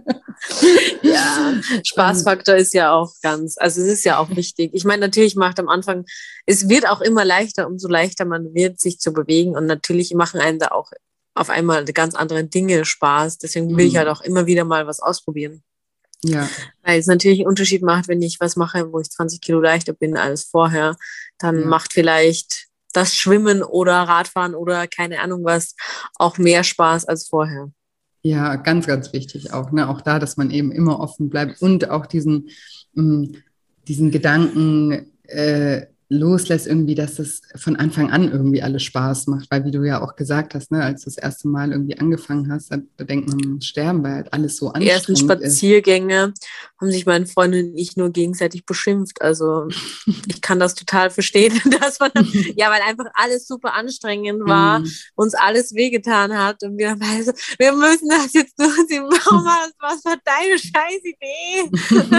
Ja, Spaßfaktor ist ja auch ganz, also es ist ja auch wichtig. Ich meine, natürlich macht am Anfang, es wird auch immer leichter, umso leichter man wird, sich zu bewegen. Und natürlich machen einem da auch auf einmal ganz andere Dinge Spaß. Deswegen will ich halt
Mhm.
auch immer wieder mal was ausprobieren.
Ja,
Weil es natürlich einen Unterschied macht, wenn ich was mache, wo ich zwanzig Kilo leichter bin als vorher. Dann
ja.
macht vielleicht das Schwimmen oder Radfahren oder keine Ahnung was auch mehr Spaß als vorher.
Ja, ganz, ganz wichtig auch. Ne? Auch da, dass man eben immer offen bleibt und auch diesen, mh, diesen Gedanken äh, loslässt, irgendwie, dass es von Anfang an irgendwie alles Spaß macht. Weil, wie du ja auch gesagt hast, ne, als du das erste Mal irgendwie angefangen hast, da, da denkt man, man muss sterben, weil halt alles so
Die ersten
anstrengend ist.
Spaziergänge haben sich meine Freundin und ich nur gegenseitig beschimpft. Also ich kann das total verstehen, dass man, ja, weil einfach alles super anstrengend war,
Mhm.
uns alles wehgetan hat und wir waren so, wir müssen das jetzt durchziehen. Mama, was war deine scheiß Idee?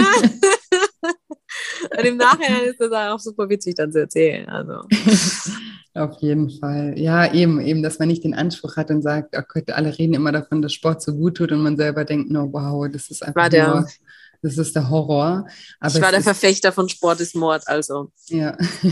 Und im Nachhinein ist das auch super witzig dann zu erzählen. Also.
Auf jeden Fall. Ja, eben, eben, dass man nicht den Anspruch hat und sagt, oh Gott, alle reden immer davon, dass Sport so gut tut und man selber denkt, no, wow, das ist einfach
War der,
nur, das ist der Horror. Aber
ich war
es
der
ist,
Verfechter von Sport ist Mord, also.
ja,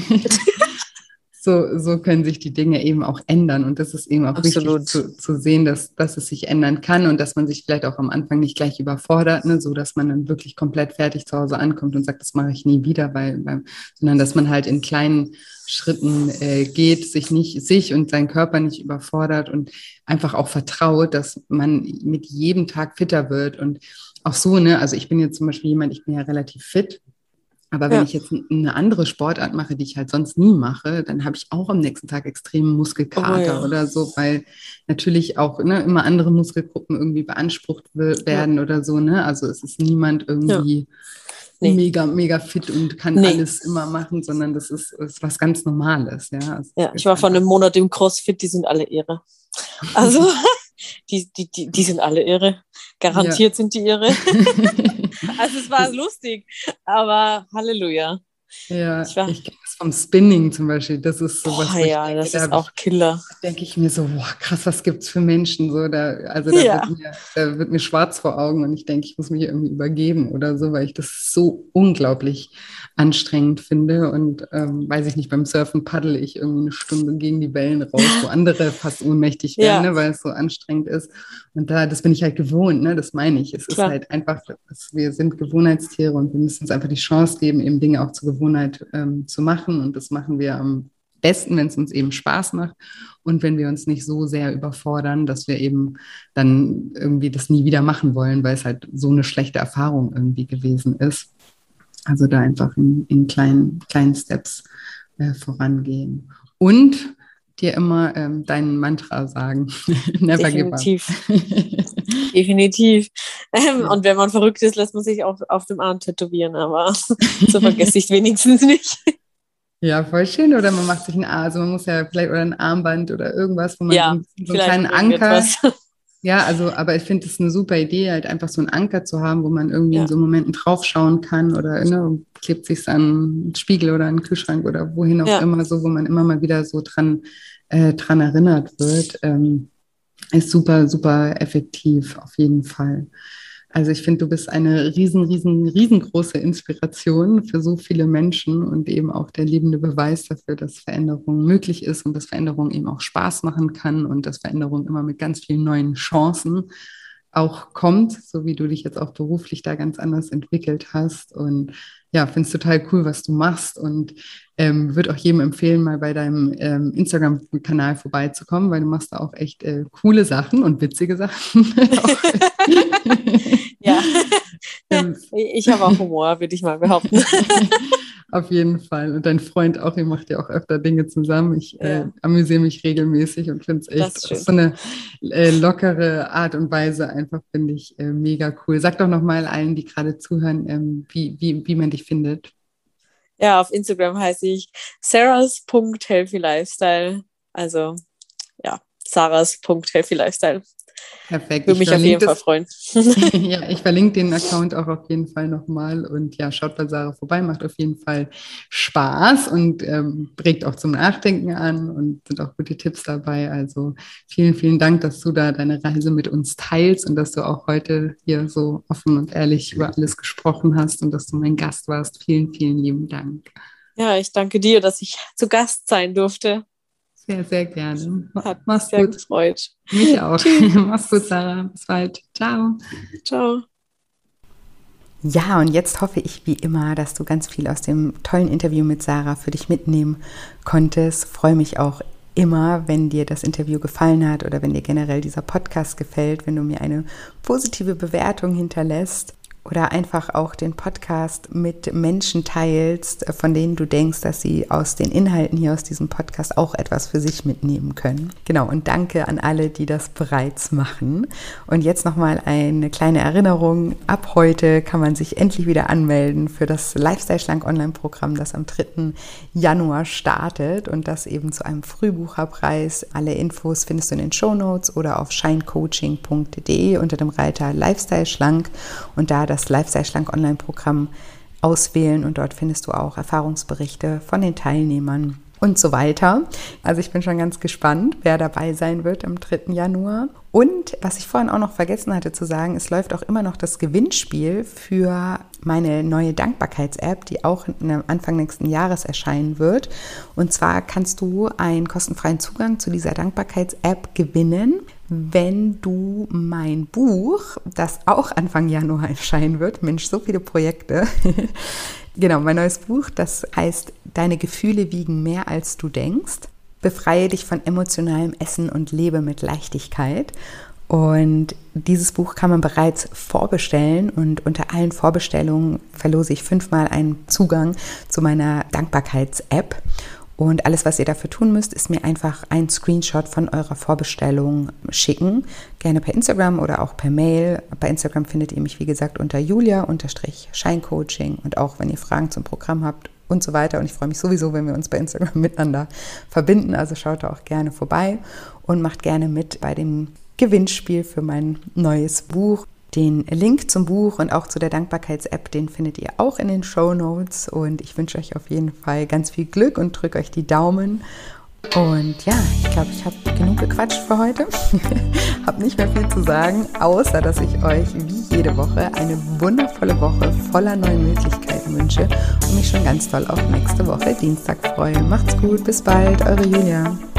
so, so können sich die Dinge eben auch ändern. Und das ist eben auch wichtig
Absolut.
zu, zu sehen, dass, dass es sich ändern kann und dass man sich vielleicht auch am Anfang nicht gleich überfordert, ne, so dass man dann wirklich komplett fertig zu Hause ankommt und sagt, das mache ich nie wieder, weil, weil sondern dass man halt in kleinen Schritten äh, geht, sich nicht, sich und seinen Körper nicht überfordert und einfach auch vertraut, dass man mit jedem Tag fitter wird. Und auch so, ne, also ich bin jetzt zum Beispiel jemand, ich bin ja relativ fit. Aber wenn
Ja.
ich jetzt eine andere Sportart mache, die ich halt sonst nie mache, dann habe ich auch am nächsten Tag extremen
Oh
Muskelkater
ja.
oder so, weil natürlich auch ne, immer andere Muskelgruppen irgendwie beansprucht
Ja.
werden oder so. Ne? Also es ist niemand
Ja.
irgendwie
nee.
mega, mega fit und kann nee. alles immer machen, sondern das ist, ist was ganz Normales. Ja, also
ja ich war vor einem Monat im CrossFit, die sind alle irre. Also, die, die, die, die sind alle irre. Garantiert ja. sind die irre. Also es war lustig, aber Halleluja.
Ja, ich, ich kenne das vom Spinning zum Beispiel. Das ist sowas,
oh, ja, denke, das ist da auch Killer.
Da denke ich mir so, boah, krass, was gibt es für Menschen? So, da, also da, ja. wird mir, da wird mir schwarz vor Augen und ich denke, ich muss mich irgendwie übergeben oder so, weil ich das so unglaublich anstrengend finde. Und ähm, weiß ich nicht, beim Surfen paddle ich irgendwie eine Stunde gegen die Wellen raus, wo andere fast ohnmächtig werden, ja. ne, weil es so anstrengend ist. Und da, das bin ich halt gewohnt, ne? Das meine ich. Es Klar. ist halt einfach, wir sind Gewohnheitstiere und wir müssen uns einfach die Chance geben, eben Dinge auch zur Gewohnheit ähm, zu machen. Und das machen wir am besten, wenn es uns eben Spaß macht und wenn wir uns nicht so sehr überfordern, dass wir eben dann irgendwie das nie wieder machen wollen, weil es halt so eine schlechte Erfahrung irgendwie gewesen ist. Also da einfach in, in kleinen, kleinen Steps äh, vorangehen. Und dir immer ähm, dein Mantra sagen. Never
Definitiv. Definitiv. Ähm, ja. Und wenn man verrückt ist, lässt man sich auch auf dem Arm tätowieren, aber so vergesse ich es wenigstens nicht.
Ja, voll schön. Oder man macht sich ein Arm, also man muss ja vielleicht oder ein Armband oder irgendwas, wo man
ja,
so einen kleinen Anker. Ja, also, aber ich finde es eine super Idee, halt einfach so einen Anker zu haben, wo man irgendwie ja. in so Momenten draufschauen kann oder ne, klebt sich an einen Spiegel oder einen Kühlschrank oder wohin auch ja. immer, so, wo man immer mal wieder so dran, äh, dran erinnert wird. Ähm, ist super, super effektiv, auf jeden Fall. Also ich finde, du bist eine riesen, riesen, riesengroße Inspiration für so viele Menschen und eben auch der lebende Beweis dafür, dass Veränderung möglich ist und dass Veränderung eben auch Spaß machen kann und dass Veränderung immer mit ganz vielen neuen Chancen auch kommt, so wie du dich jetzt auch beruflich da ganz anders entwickelt hast. Und ja, finde es total cool, was du machst und ähm, würde auch jedem empfehlen, mal bei deinem ähm, Instagram-Kanal vorbeizukommen, weil du machst da auch echt äh, coole Sachen und witzige Sachen.
Ja, ich habe auch Humor, würde ich mal behaupten.
Auf jeden Fall. Und dein Freund auch, ihr macht ja auch öfter Dinge zusammen. Ich ja. äh, amüsiere mich regelmäßig und finde es echt so eine äh, lockere Art und Weise einfach, finde ich äh, mega cool. Sag doch nochmal allen, die gerade zuhören, ähm, wie, wie, wie man dich findet.
Ja, auf Instagram heiße ich sarahs punkt healthy lifestyle. Also ja, sarahs punkt healthy lifestyle.
Perfekt.
Würde mich auf jeden Fall freuen.
Ja, ich verlinke den Account auch auf jeden Fall nochmal und ja, schaut bei Sarah vorbei, macht auf jeden Fall Spaß und ähm, regt auch zum Nachdenken an und sind auch gute Tipps dabei. Also vielen, vielen Dank, dass du da deine Reise mit uns teilst und dass du auch heute hier so offen und ehrlich über alles gesprochen hast und dass du mein Gast warst. Vielen, vielen lieben Dank.
Ja, ich danke dir, dass ich zu Gast sein durfte.
Sehr, sehr gerne.
Hat mich sehr gut. gefreut.
Mich auch. Mach's gut, Sarah. Bis bald. Ciao.
Ciao.
Ja, und jetzt hoffe ich wie immer, dass du ganz viel aus dem tollen Interview mit Sarah für dich mitnehmen konntest. Freue mich auch immer, wenn dir das Interview gefallen hat oder wenn dir generell dieser Podcast gefällt, wenn du mir eine positive Bewertung hinterlässt. Oder einfach auch den Podcast mit Menschen teilst, von denen du denkst, dass sie aus den Inhalten hier aus diesem Podcast auch etwas für sich mitnehmen können. Genau, und danke an alle, die das bereits machen. Und jetzt nochmal eine kleine Erinnerung. Ab heute kann man sich endlich wieder anmelden für das Lifestyle Schlank Online-Programm, das am dritten Januar startet und das eben zu einem Frühbucherpreis. Alle Infos findest du in den Shownotes oder auf shinecoaching punkt de unter dem Reiter Lifestyle Schlank und da das das Lifestyle Schlank Online-Programm auswählen und dort findest du auch Erfahrungsberichte von den Teilnehmern und so weiter. Also ich bin schon ganz gespannt, wer dabei sein wird am dritten Januar. Und was ich vorhin auch noch vergessen hatte zu sagen, es läuft auch immer noch das Gewinnspiel für meine neue Dankbarkeits-App, die auch Anfang nächsten Jahres erscheinen wird. Und zwar kannst du einen kostenfreien Zugang zu dieser Dankbarkeits-App gewinnen, wenn du mein Buch, das auch Anfang Januar erscheinen wird, Mensch, so viele Projekte, genau, mein neues Buch, das heißt Deine Gefühle wiegen mehr als du denkst. Befreie dich von emotionalem Essen und lebe mit Leichtigkeit. Und dieses Buch kann man bereits vorbestellen und unter allen Vorbestellungen verlose ich fünfmal einen Zugang zu meiner Dankbarkeits-App. Und alles, was ihr dafür tun müsst, ist mir einfach einen Screenshot von eurer Vorbestellung schicken. Gerne per Instagram oder auch per Mail. Bei Instagram findet ihr mich, wie gesagt, unter Julia-Scheincoaching. Und auch, wenn ihr Fragen zum Programm habt und so weiter. Und ich freue mich sowieso, wenn wir uns bei Instagram miteinander verbinden. Also schaut da auch gerne vorbei und macht gerne mit bei dem Gewinnspiel für mein neues Buch. Den Link zum Buch und auch zu der Dankbarkeits-App, den findet ihr auch in den Shownotes. Und ich wünsche euch auf jeden Fall ganz viel Glück und drücke euch die Daumen. Und ja, ich glaube, ich habe genug gequatscht für heute. Habe nicht mehr viel zu sagen, außer dass ich euch wie jede Woche eine wundervolle Woche voller neuen Möglichkeiten wünsche und mich schon ganz doll auf nächste Woche Dienstag freue. Macht's gut, bis bald, eure Julia.